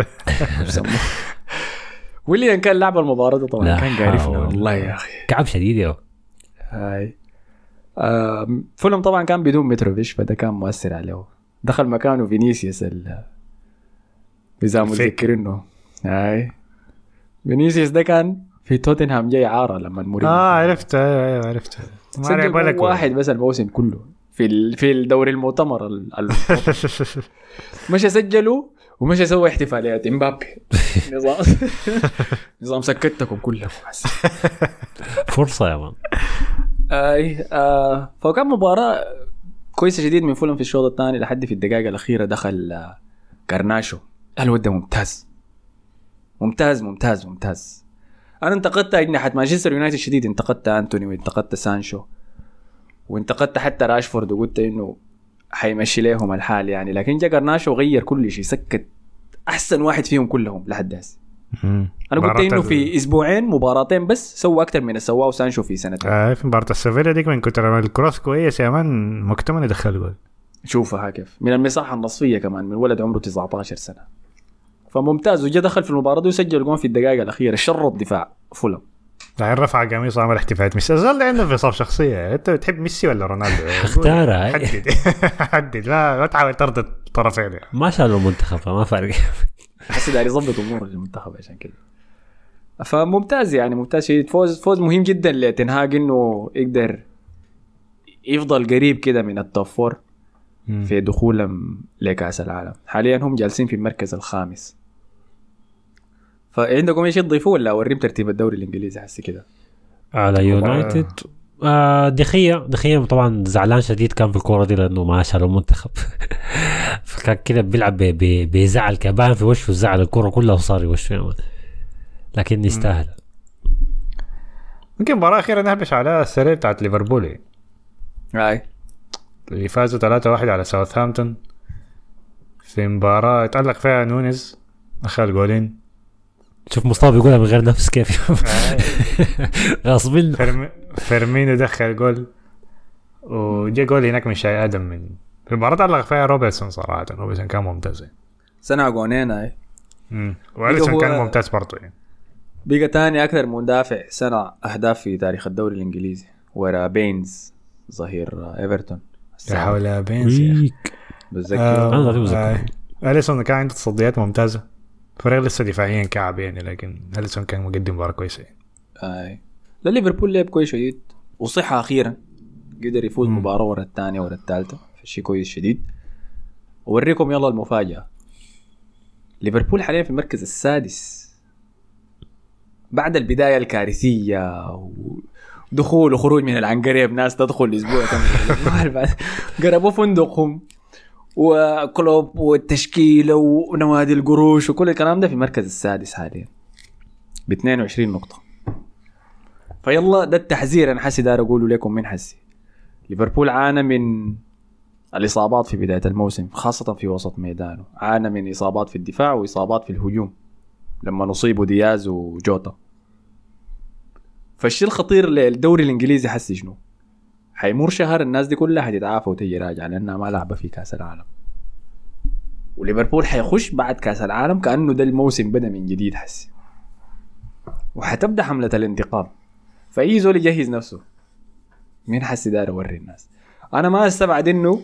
ويليان كان لعب المباراة طبعا كان قارفنا والله يا أخي كعب شديد يا هاي. آه فولم طبعا كان بدون متروفيش فده كان مؤثر عليه. دخل مكانه فينيسيوس ال إذا متذكرينه هاي فينيسيوس ده كان في توتنهام جاي عارة لما المورينيو اه عرفت ايوه عرفت سجل واحد بس الموسم كله في في الدوري المؤتمر ال... مش سجلوا ومش سوى احتفاليات امبابي نظام نظام سكتكم كلكم فرصة يا مان. اي آه فكان مباراة كويسة جديد من فولم في الشوط الثاني لحد في الدقائق الأخيرة دخل آه كارناشو. الواد ده ممتاز ممتاز ممتاز ممتاز. أنا انتقدت أجنحة مانشستر يونايتد شديد انتقدت أنتوني وانتقدت سانشو وانتقدت حتى راشفورد وقلت انه حيمشي لهم الحال يعني، لكن جا قرناشو غير كل شيء، سكت احسن واحد فيهم كلهم لحد هسه. انا قلت انه في اسبوعين مباراتين بس سوى اكثر من سواه سانشو في سنتين. آه في مباراه السيفيلا ديك من كتر الكروس كويس يا مان مكتمل يدخل جول. شوفها كيف من المساحه النصفيه كمان، من ولد عمره تسعة عشر سنه، فممتاز. وجا دخل في المباراه دي وسجل جول في الدقائق الاخيره، شر الدفاع فولم. يعني رفع قميص عمل احتفالات ميسي. أظل عنده في صف شخصية. أنت بتحب ميسي ولا رونالدو؟ اختارها. حدد حدد لا ما تحاول ترضي الطرفين يعني. ما شالوا المنتخب ما فارق. حس داري يضبط أمور المنتخب عشان كده. فممتاز يعني ممتاز شيء. فوز فوز مهم جدا لتنهاج إنه يقدر يفضل قريب كده من التوب فور في دخولهم لكأس العالم. حاليا هم جالسين في المركز الخامس. فعندكم ايش تضيفوا ولا اوريهم ترتيب الدوري الانجليزي حسي كده على يونايتد؟ آه دخية دخية طبعا زعلان شديد كان في الكورة دي لأنه ما شالوا المنتخب. فكان كده بيلعب بيزعل كبان في وشه، زعل الكورة كلها وصار وشه، لكن يستاهل. ممكن مباراة أخيرة نهبش على السرير بتاعت ليفربول هاي اللي فازوا ثلاثة واحد على ساوثهامبتون في مباراة يتألق فيها نونيز أخذ جولين. شوف مصطفى بيقولها من غير نفس كيف غاصبين. فرم... فيرمينو دخل جول وجا جول هناك من شاي آدم من في المباراة تألق فيها روبرتسون. صراحة روبرتسون كان ممتاز سنة جونين هاي. امم وأليسون كان ممتاز برضه يعني. بقى تاني أكثر مدافع صنع أهداف في تاريخ الدوري الإنجليزي ورا بينز ظهير إيفرتون. حول بينز بتذكر أنا بتذكر أليسون كان عنده تصديات ممتازة. فريق لسه دفاعيا كعب يعني، لكن أليسون كان مقدم مباراة كويسة يعني. اي لا ليفربول لعب كويس شديد وصح اخيرا قدر يفوز مباراة ورا الثانية ورا الثالثة في شيء كويس شديد. اوريكم يلا المفاجأة. ليفربول حاليا في المركز السادس بعد البداية الكارثية ودخول وخروج من العنقريب، ناس تدخل اسبوع كامل قربوا فندقهم وكلوب والتشكيلة ونوادي القروش وكل الكلام ده في المركز السادس حاليا ب اثنين وعشرين نقطة. فيلا ده التحذير أنا حسي دار أقوله لكم من حسي. ليفربول عانى من الإصابات في بداية الموسم خاصة في وسط ميدانه، عانى من إصابات في الدفاع وإصابات في الهجوم لما نصيبوا دياز وجوتا. فالشيء الخطير للدوري الإنجليزي حسي شنو؟ حيمر شهر الناس دي كلها حتتعافى وتجي راجع لأنها ما لعبة في كأس العالم، وليفربول حيخش بعد كأس العالم كأنه ده الموسم بدأ من جديد حسي، وحتبدأ حملة الانتقام. فأي زول يجهز نفسه. مين حسي دار أوري الناس؟ أنا ما استبعد إنه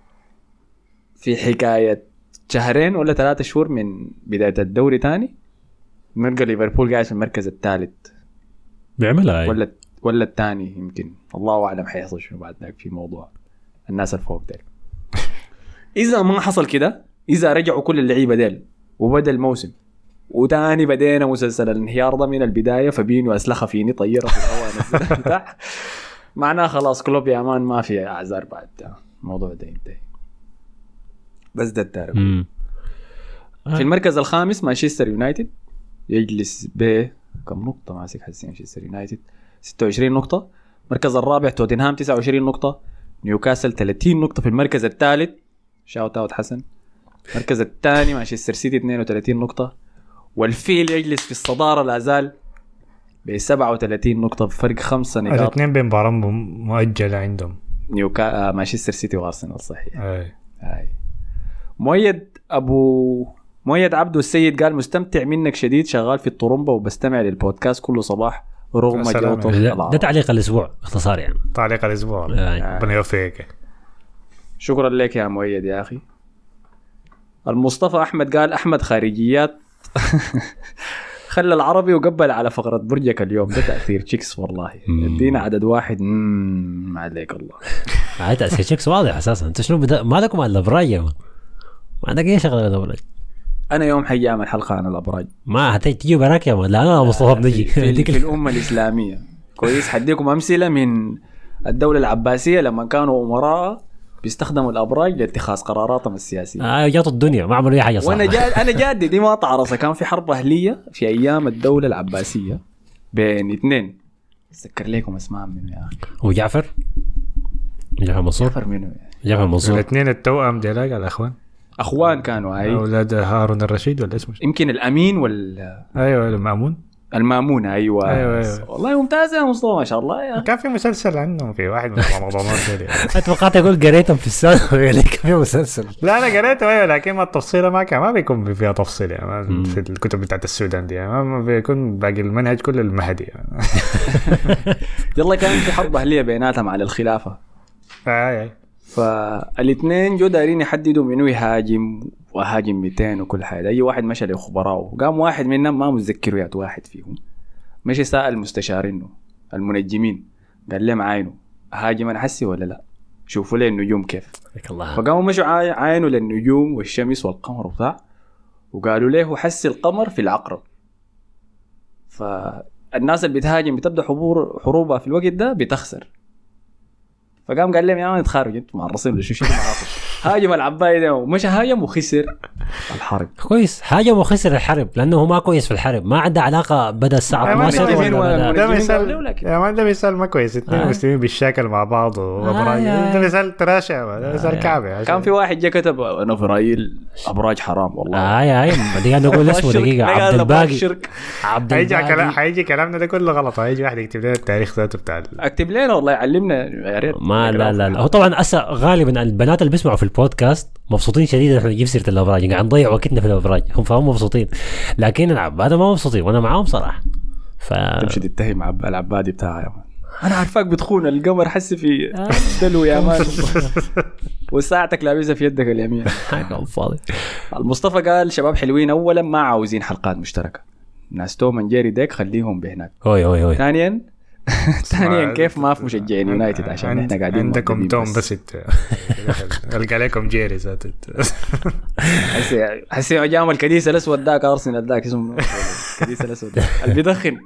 في حكاية شهرين ولا ثلاثة شهور من بداية الدوري تاني نلقى ليفربول قاعد في المركز الثالث بيعملها ولا ولا الثاني، يمكن الله أعلم حيحصل شنو بعد ذاك في موضوع الناس الفوق ديل. إذا ما حصل كده، إذا رجعوا كل اللعيبة ديل وبدأ الموسم وتاني بدينا مسلسل الانهيار ده من البداية، فبينو أسلخة فيني طيرة في الهواء نزلها معناه خلاص كلوب يا مان ما في أعذار بعد الموضوع ده ينتهي. بس ده التاريخ. في المركز الخامس مانشستر يونايتد يجلس ب كم نقطة ماسك حسين مانشستر يونايتد ستة وعشرين نقطة. المركز الرابع توتنهام تسعة وعشرين نقطة. نيوكاسل ثلاثين نقطة في المركز الثالث شاوت اوت حسن. المركز الثاني مانشستر سيتي اثنين وثلاثين نقطة. والفيل يجلس في الصدارة لا زال ب سبعة وثلاثين نقطة بفرق خمسة نقاط. الاثنين بين مباراة مؤجلة عندهم نيوكا مانشستر سيتي وارسنال صحيح. اي هاي مؤيد ابو مؤيد عبدو السيد قال مستمتع منك شديد، شغال في الطرمبة وبستمع للبودكاست كل صباح رغم جوته. ده, ده تعليق الاسبوع باختصار يعني. تعليق الاسبوع ربنا يوفقك. شكرا لك يا مؤيد يا اخي. المصطفى احمد قال احمد خارجيات خلى العربي وقبل على فقرة برجك اليوم. ده تأثير تشيكس والله. ادينا عدد واحد ما عليك الله. هاي تأثير تشيكس واضح اساسا. انت شنو بدا... ما لكم على الابراج ما عندك اي شغله الابراج. انا يوم حي اعمل حلقه عن الابراج. ما هتيجي تجي براك يا مان. لا انا مصطفى بنجي في, في, في الامه الاسلاميه كويس. حديكم امثله من الدوله العباسيه لما كانوا امراء بيستخدموا الابراج لاتخاذ قراراتهم السياسيه. اه جات الدنيا ما عملوا اي حاجه صح. وانا جاد انا جادي دي ما تعرصه. كان في حرب اهليه في ايام الدوله العباسيه بين اثنين اتذكر لكم اسمائهم من يا اخي. وجعفر جعفر منصور جعفر منو يعني؟ جعفر منصور الاثنين التوأم ديلاك الاخوان اخوان كانوا هاي اولاد هارون الرشيد ولا اسمه يمكن الامين ولا ايوه المأمون المامون. ايوه أيوة أيوة. والله ممتاز يا مصطفى ما شاء الله يا كان في مسلسل عنه في واحد من رمضانات دي. اتوقعت اقول قريتهم في الثانوي يعني كان في مسلسل. لا انا قريته ايوه لكن ما التفصيله ما كان ما بيكون فيها تفصيل يعني ما في الكتب بتاعت السودان دي يعني ما بيكون باقي المنهج كله المهدي يعني. يلا كان في حرب اهليه بيناتهم على الخلافه اي فالاثنين جو دايرين يحددوا منو يهاجم وهاجم مئتين وكل حاجه. اي واحد مشى لخبراء قام واحد منهم ما متذكر يا واحد فيهم مشي سأل المستشارين المنجمين قال لهم عاينوا هاجم انا حسي ولا لا شوفوا لي النجوم كيف. فقاموا مشوا عاينوا للنجوم والشمس والقمر وبتاع وقالوا له حس القمر في العقرب. فالناس اللي بتهاجم بتبدا حبور حروبها في الوقت ده بتخسر. فقام قال لهم يا مان تخارج انتوا معرصين ولا شو شو معاكم. هاجم العباية ده ومشى هاجم وخسر الحرب. كويس هاجم وخسر الحرب لانه هو ما كويس في الحرب ما عنده علاقه بدا الساعه اثناشر ولا ده مثال يا مان ده مثال ما كويس اثنين آه. مسلمين بالشكل مع بعض وابراج آه ده مثال تراشة ده مثال آه كعبه. كان في واحد جا كتب انا في رايي ابراج حرام والله. اه اي دقيقه نقول اسمه دقيقه عبد الباقي عبد الباقي كلام حيجي كلامنا ده كله غلط. هيجي واحد يكتب لنا التاريخ ذاته بتاع اكتب لنا والله يعلمنا يا ريت. ما لا لا, لا. هو طبعا أسا غالبا البنات اللي بيسمعوا في البودكاست مبسوطين شديدا احنا نجيب سيره الابراج قاعد نضيع وقتنا في الابراج هم فهم مبسوطين لكن العباده ما مبسوطين وانا معاهم صراحه. ف تمشي تتهم عب العبادي بتاعها يا مان انا عارفاك بتخون القمر حس في دلو يا مان وساعتك لابسها في يدك اليمين حاجه فاضي. المصطفى قال شباب حلوين اولا ما عاوزين حلقات مشتركه ناس توم اند جيري ديك خليهم بهناك. هوي هوي هوي ثانيا ثانيا كيف ما في مشجعين يونايتد عشان احنا قاعدين عندكم توم بس القى عليكم جيري ذات حسي حسي جام الكديس الاسود ذاك ارسنال ذاك اسمه الكديس الاسود اللي بيدخن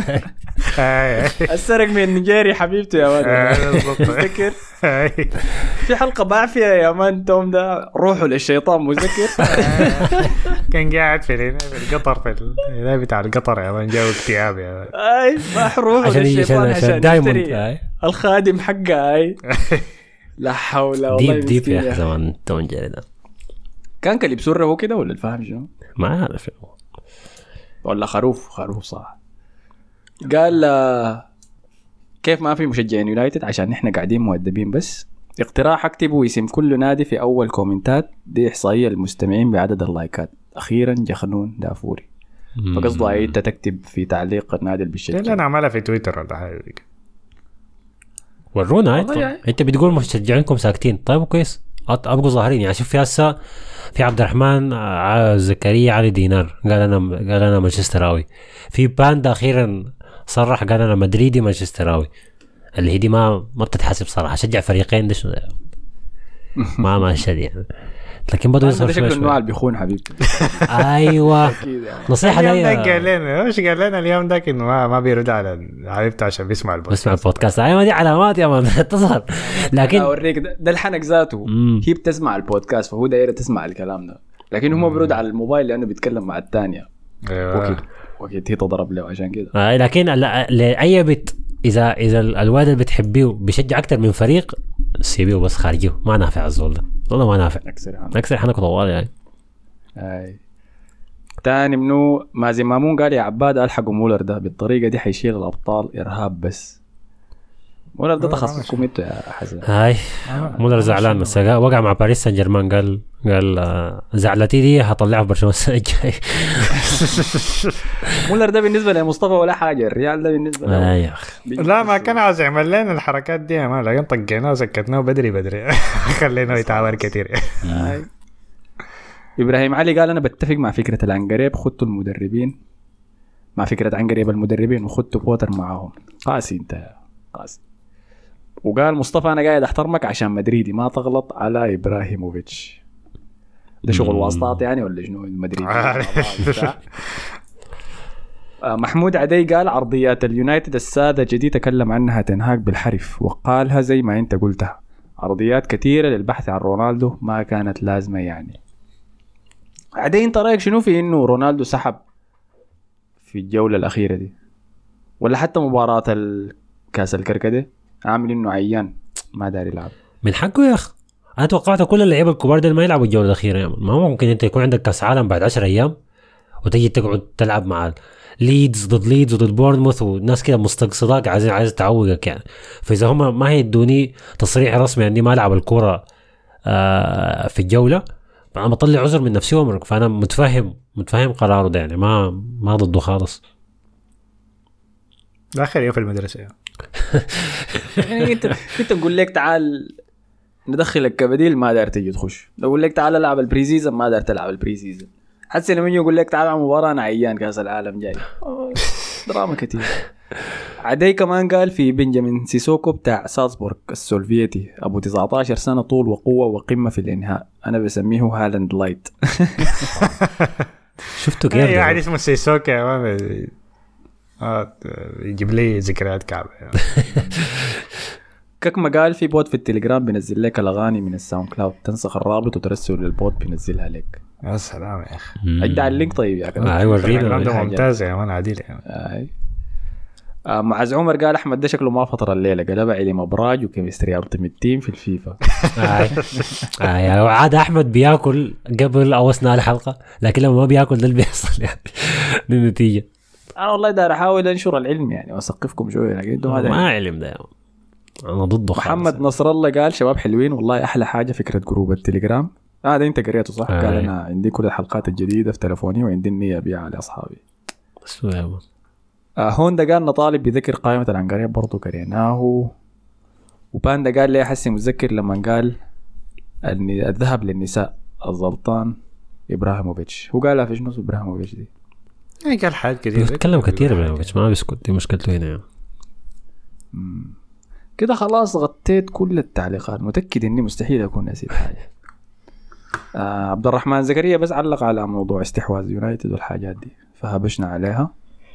السرق من جيري حبيبته يا مان متذكر في حلقه بعفيه يا مان توم ده روحوا للشيطان متذكر كان قاعد في القطر في النادي بتاع القطر يا مان جاوا اكتئاب يا مان اي ما حروحوا للشيطان عشان دايموند الخادم حقه اي لا حول ولا ديب ديب يا زمان توم جيري ده كان كلب سره هو كده ولا الفهم شنو ما اعرف ولا خروف خروف صح. قال كيف ما في مشجعين يونايتد عشان احنا قاعدين مؤدبين بس. اقتراح اكتبوا اسم كل نادي في اول كومنتات دي احصائيه للمستمعين بعدد اللايكات. اخيرا جخنون دافوري. فقصده اي انت تكتب في تعليق النادي اللي بيشجع. انا عملها في تويتر ولا حاجه ورونا يعني. انت بتقول مشجعينكم ساكتين طيب كويس ابقوا ظاهرين يعني. شوف في هسه في عبد الرحمن زكريا علي دينار قال انا قال انا مانشستراوي. في باندا اخيرا صرح قال انا مدريدي مانشستراوي اللي هي دي ما ما بتتحسب صراحه شجع فريقين ده ما ما شد يعني. لكن بدو يصير شكل النوع اللي بيخون حبيبتي. ايوه نصيحه لي قال لنا مش قال لنا اليوم ده انه ما ما بيرد على حبيبته عشان بيسمع البودكاست بيسمع البودكاست. ايوه دي علامات يا مان تظهر. لكن اوريك ده, ده الحنك ذاته هي بتسمع البودكاست فهو داير تسمع الكلام ده لكن هو بيرد على الموبايل لانه بيتكلم مع الثانيه. ايوه وكيل وكيل هي تضرب له عشان كده. آه لكن لاي بيت اذا اذا الواد اللي بتحبيه بيشجع اكثر من فريق سيبيه بس خارجيه ما نافع الزول ده والله ما نافع. اكسر اكسر حنك طوال يعني. اي تاني منو مازن مامون قال يا عباد الحقوا مولر ده بالطريقه دي حيشيل الابطال ارهاب بس. مولر ده تخصصكم انتوا يا حسن. هاي مولر زعلان بس وقع مع باريس سان جيرمان قال قال زعلتي دي هطلعها في برشلونه السنه الجايه. مولر ده بالنسبه لمصطفى ولا حاجه. الريال ده بالنسبه له يا اخي لا ما كان عاوز يعمل لنا الحركات دي ما لكن طقيناه وسكتناه بدري بدري خليناه يتعور كتير. ابراهيم علي قال انا بتفق مع فكره العنقريب خدتوا المدربين مع فكره عنقريب المدربين وخدتوا بوتر معاهم. قاسي انت قاسي. وقال مصطفى انا قاعد احترمك عشان مدريدي ما تغلط على ابراهيموفيتش. ده شغل واسطات يعني ولا شنو المدريدي؟ محمود عدي قال عرضيات اليونايتد السادة جديد تكلم عنها تنهاك بالحرف وقالها زي ما انت قلتها عرضيات كثيرة للبحث عن رونالدو ما كانت لازمة يعني. عدي انت رأيك شنو في انه رونالدو سحب في الجولة الأخيرة دي ولا حتى مباراة الكاس الكركدة عامل انه عيان ما داري يلعب؟ من حقه يا اخ. انا توقعت كل اللعيبه الكبار دول ما يلعبوا الجوله الاخيره يا من. ما هو ممكن انت يكون عندك كاس عالم بعد عشر ايام وتجي تقعد تلعب مع ليدز ضد ليدز وضد بورنموث والناس كده مستقصداك عايزين عايز تعوقك يعني. فاذا هم ما هيدوني تصريح رسمي اني ما العب الكوره آه في الجوله انا بطلع عذر من نفسي وامرك. فانا متفهم متفهم قراره ده يعني ما ما ضده خالص. اخر يوم في المدرسه يعني. يعني انت انت تقول لك تعال ندخلك كبديل ما دار تيجي تخش. لو اقول لك تعال العب البري سيزون ما دار تلعب البري سيزون. حتى لما يجي يقول لك تعال على مباراه انا عيان كاس العالم جاي. دراما كتير. عدي كمان قال في بنجامين سيسوكو بتاع سالزبورغ السوفيتي ابو تسعة عشر سنه طول وقوه وقمه في الانهاء. انا بسميه هالاند لايت. شفتوا كيف يعني اسمه سيسوكا ما اه يجيب لي ذكريات كعبه. كما قال في بوت في التليجرام بينزل لك الاغاني من الساوند كلاود تنسخ الرابط وترسل للبوت بينزلها لك. يا سلام يا اخي. ادعي اللينك طيب يا اخي. ايوه ورينا ممتاز يا مان عديل يعني. اي آه معز عمر قال احمد ده شكله ما فطر الليله قلب علي مبراج وكيمستري التيمت تيم في الفيفا. اي اي عاد احمد بياكل قبل او اثناء الحلقه لكن لما ما بياكل ده اللي بيحصل يعني النتيجه. انا والله داير احاول انشر العلم يعني واثقفكم شويه لكن انتم هذا ما علم ده انا ضده. محمد نصر الله قال شباب حلوين والله احلى حاجه فكره جروب التليجرام هذا آه انت قريته صح؟ آه قال انا عندي كل الحلقات الجديده في تلفوني وعندي النيه ابيعها لاصحابي. سلام. آه هوندا قال نطالب بذكر قائمه العنقريه برضو قريناه. وباندا قال لي احسن متذكر لما قال ان الذهب للنساء الزلطان ابراهيموفيتش. هو قالها في شنو ابراهيموفيتش دي؟ يعني قال حاجات كثير بيتكلم كثير ابراهيموفيتش ما بيسكت. دي مشكلته هنا يعني. كده خلاص غطيت كل التعليقات. متأكد اني مستحيل اكون نسيت حاجه. آه عبد الرحمن زكريا بس علق على موضوع استحواذ يونايتد والحاجات دي فهبشنا عليها.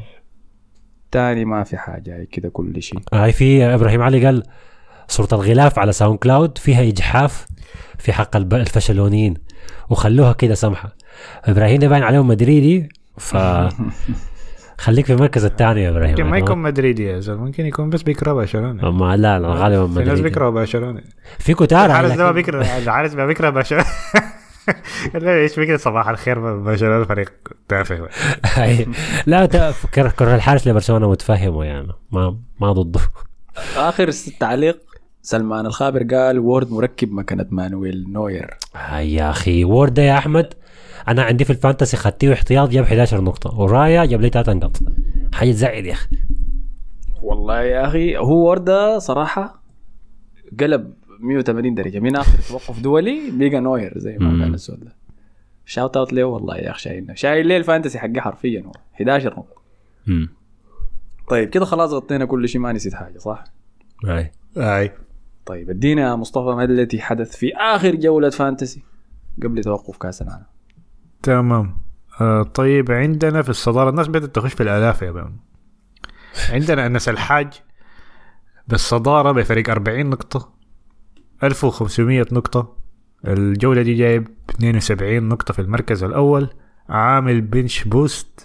تاني ما في حاجه كده كل شيء. هاي في ابراهيم علي قال صورة الغلاف على ساوند كلاود فيها اجحاف في حق الفشلونيين وخلوها كده سمحه. ابراهيم ده باين عليهم مدريدي ف خليك في المركز الثاني يا ابراهيم. ممكن ما يكون مدريدي يا زلمه ممكن يكون بس بيكره برشلونه. ما لا لا غالبا مدريدي. الناس بيكره برشلونه. في كتار الحارس ده بيكره الحارس ده بيكره برشلونه. لا ايش بيكره صباح الخير برشلونه فريق تافه. لا تفكر كره الحارس لبرشلونه متفهمه يعني ما ما ضده. اخر تعليق سلمان الخابر قال وورد مركب مكانه مانويل نوير. يا اخي وورد يا احمد انا عندي في الفانتسي خدتيه احتياط جاب إحدى عشرة نقطه ورايا جاب لي ثلاثة نقاط. حاجه تزعل يا اخي والله يا اخي. هو ورده صراحه قلب مية وثمانين درجه من اخر توقف دولي بيجا نوير زي ما قال السؤال ده. شاوت اوت له والله يا اخي شايلنا شايل ليه الفانتسي حقي حرفيا هو إحدى عشرة نقطه. امم طيب كده خلاص غطينا كل شيء ما نسيت حاجه صح؟ اي اي طيب ادينا مصطفى ما الذي حدث في اخر جوله فانتسي قبل توقف كاس العالم. تمام. آه طيب عندنا في الصدارة الناس بدأت تخش في الآلاف يا بان. عندنا أنس الحاج بالصدارة بفريق أربعين نقطة ألف وخمسمية نقطة. الجولة دي جايب اثنين وسبعين نقطة في المركز الأول عامل بنش بوست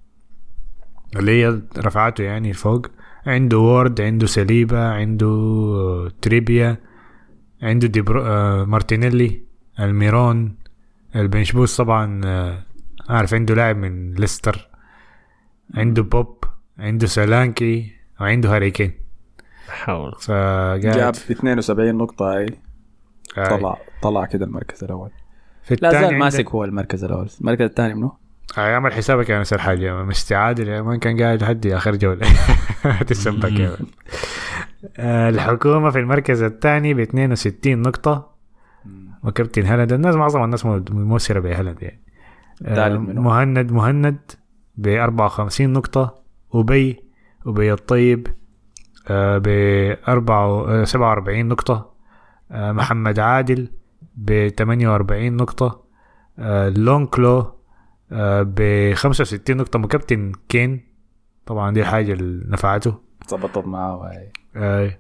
اللي هي رفعته يعني فوق. عنده وورد عنده سليبا عنده تريبيا عنده ديبرو آه مارتينيلي الميرون. البنش بوست طبعا عارف عنده لاعب من ليستر عنده بوب عنده سالانكي وعنده هاريكين. حاول جاب اثنين وسبعين نقطة اي طلع طلع كده المركز الأول. لا زال ماسك هو المركز الأول. المركز الثاني منه عمل حسابك يا نسر حاجة مستعادل يا ما كان قاعد لحد آخر جولة تسبك يا الحكومة في المركز الثاني باثنين وستين نقطة وكابتن هلند. الناس معظم الناس موسرة بهلند يعني. آه مهند مهند بأربعة وخمسين نقطة. وبي وبي الطيب آه بأربعة سبعة وأربعين نقطة. آه محمد عادل بثمانية وأربعين نقطة. آه لونكلو آه بخمسة وستين نقطة. مكابتن كين طبعا دي حاجة اللي نفعته ضبطت معه. آه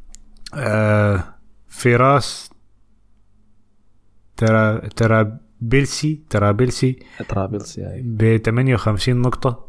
آه فراس ترى ترى بيلسي ترى بيلسي ترى بيلسي ب ثمانية وخمسين نقطة.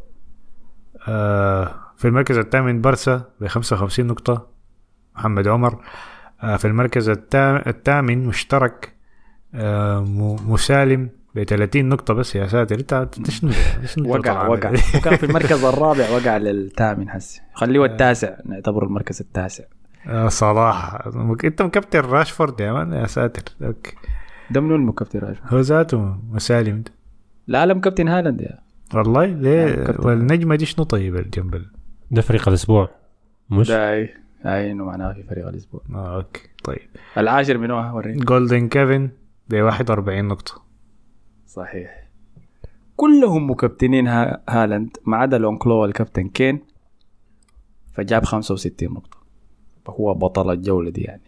آه في المركز الثامن برسا ب خمسة وخمسين نقطة محمد عمر. في المركز الثامن مشترك مسالم ب ثلاثين نقطة بس. يا ساتر انت شنو وقع وقع وكان في المركز الرابع وقع للثامن هسه خليه التاسع نعتبره المركز التاسع. صلاح انت مكابتن راشفورد يا مان يا ساتر. اوكي ده منو المكابتن راشفورد؟ هو ذاته مسالم ده. لا لا مكابتن هالاند يا والله ليه والنجمة دي شنو طيب الجنب ده فريق الاسبوع مش ده اي اي انه معناه في فريق الاسبوع. اه اوكي طيب العاشر منو وريني؟ جولدن كيفن ب واحد وأربعين نقطة. صحيح كلهم مكابتنين ها... هالاند ما عدا لونكلو الكابتن كين فجاب خمسة وستين نقطة فهو بطل الجولة دي يعني.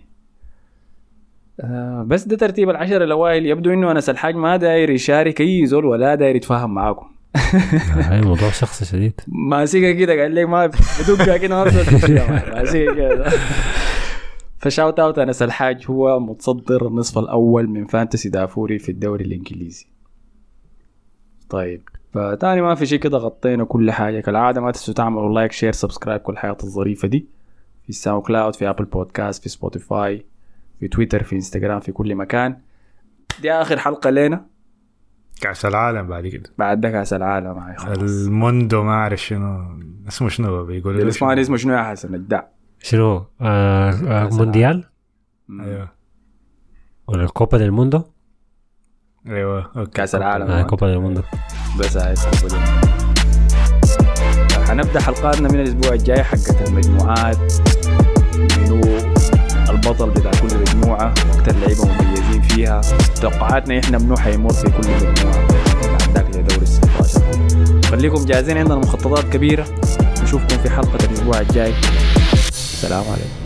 آه بس ده ترتيب العشر الأوائل. يبدو إنه أنس الحاج ما داير يشارك أي زول ولا داير يتفاهم معاكم. هاي موضوع شخصي شديد. ماسكة كده قال لك ما بدقها كده ما ماسكة كده. فشاوت اوت أنس الحاج هو متصدر النصف الأول من فانتسي دافوري في الدوري الإنجليزي. طيب فتاني ما في شيء كده غطينا كل حاجة كالعادة. ما تنسوا تعملوا لايك شير سبسكرايب كل الحياة الظريفة دي في الساوند كلاود في أبل بودكاست في سبوتيفاي في تويتر في انستغرام في كل مكان. دي آخر حلقة لنا كأس العالم. بعد كده بعد ده كأس العالم معي خلاص. الموندو ما أعرف شنو اسمه شنو بيقولوا الاسماني اسمه شنو يا حسن الدع شنو آه آه مونديال ايوه ولا كوبا ديل موندو. ايوه اوكي كأس العالم آه كوبا ديل موندو بس هاي حنبدأ حلقاتنا من الأسبوع الجاي حقة المجموعات. منو البطل بتاع كل مجموعة أكتر لعيبة مميزين فيها. توقعاتنا إحنا منو حيمر في كل مجموعة عندك لدوري الستاشر. خليكم جاهزين عندنا مخططات كبيرة. نشوفكم في حلقة الأسبوع الجاي. السلام عليكم.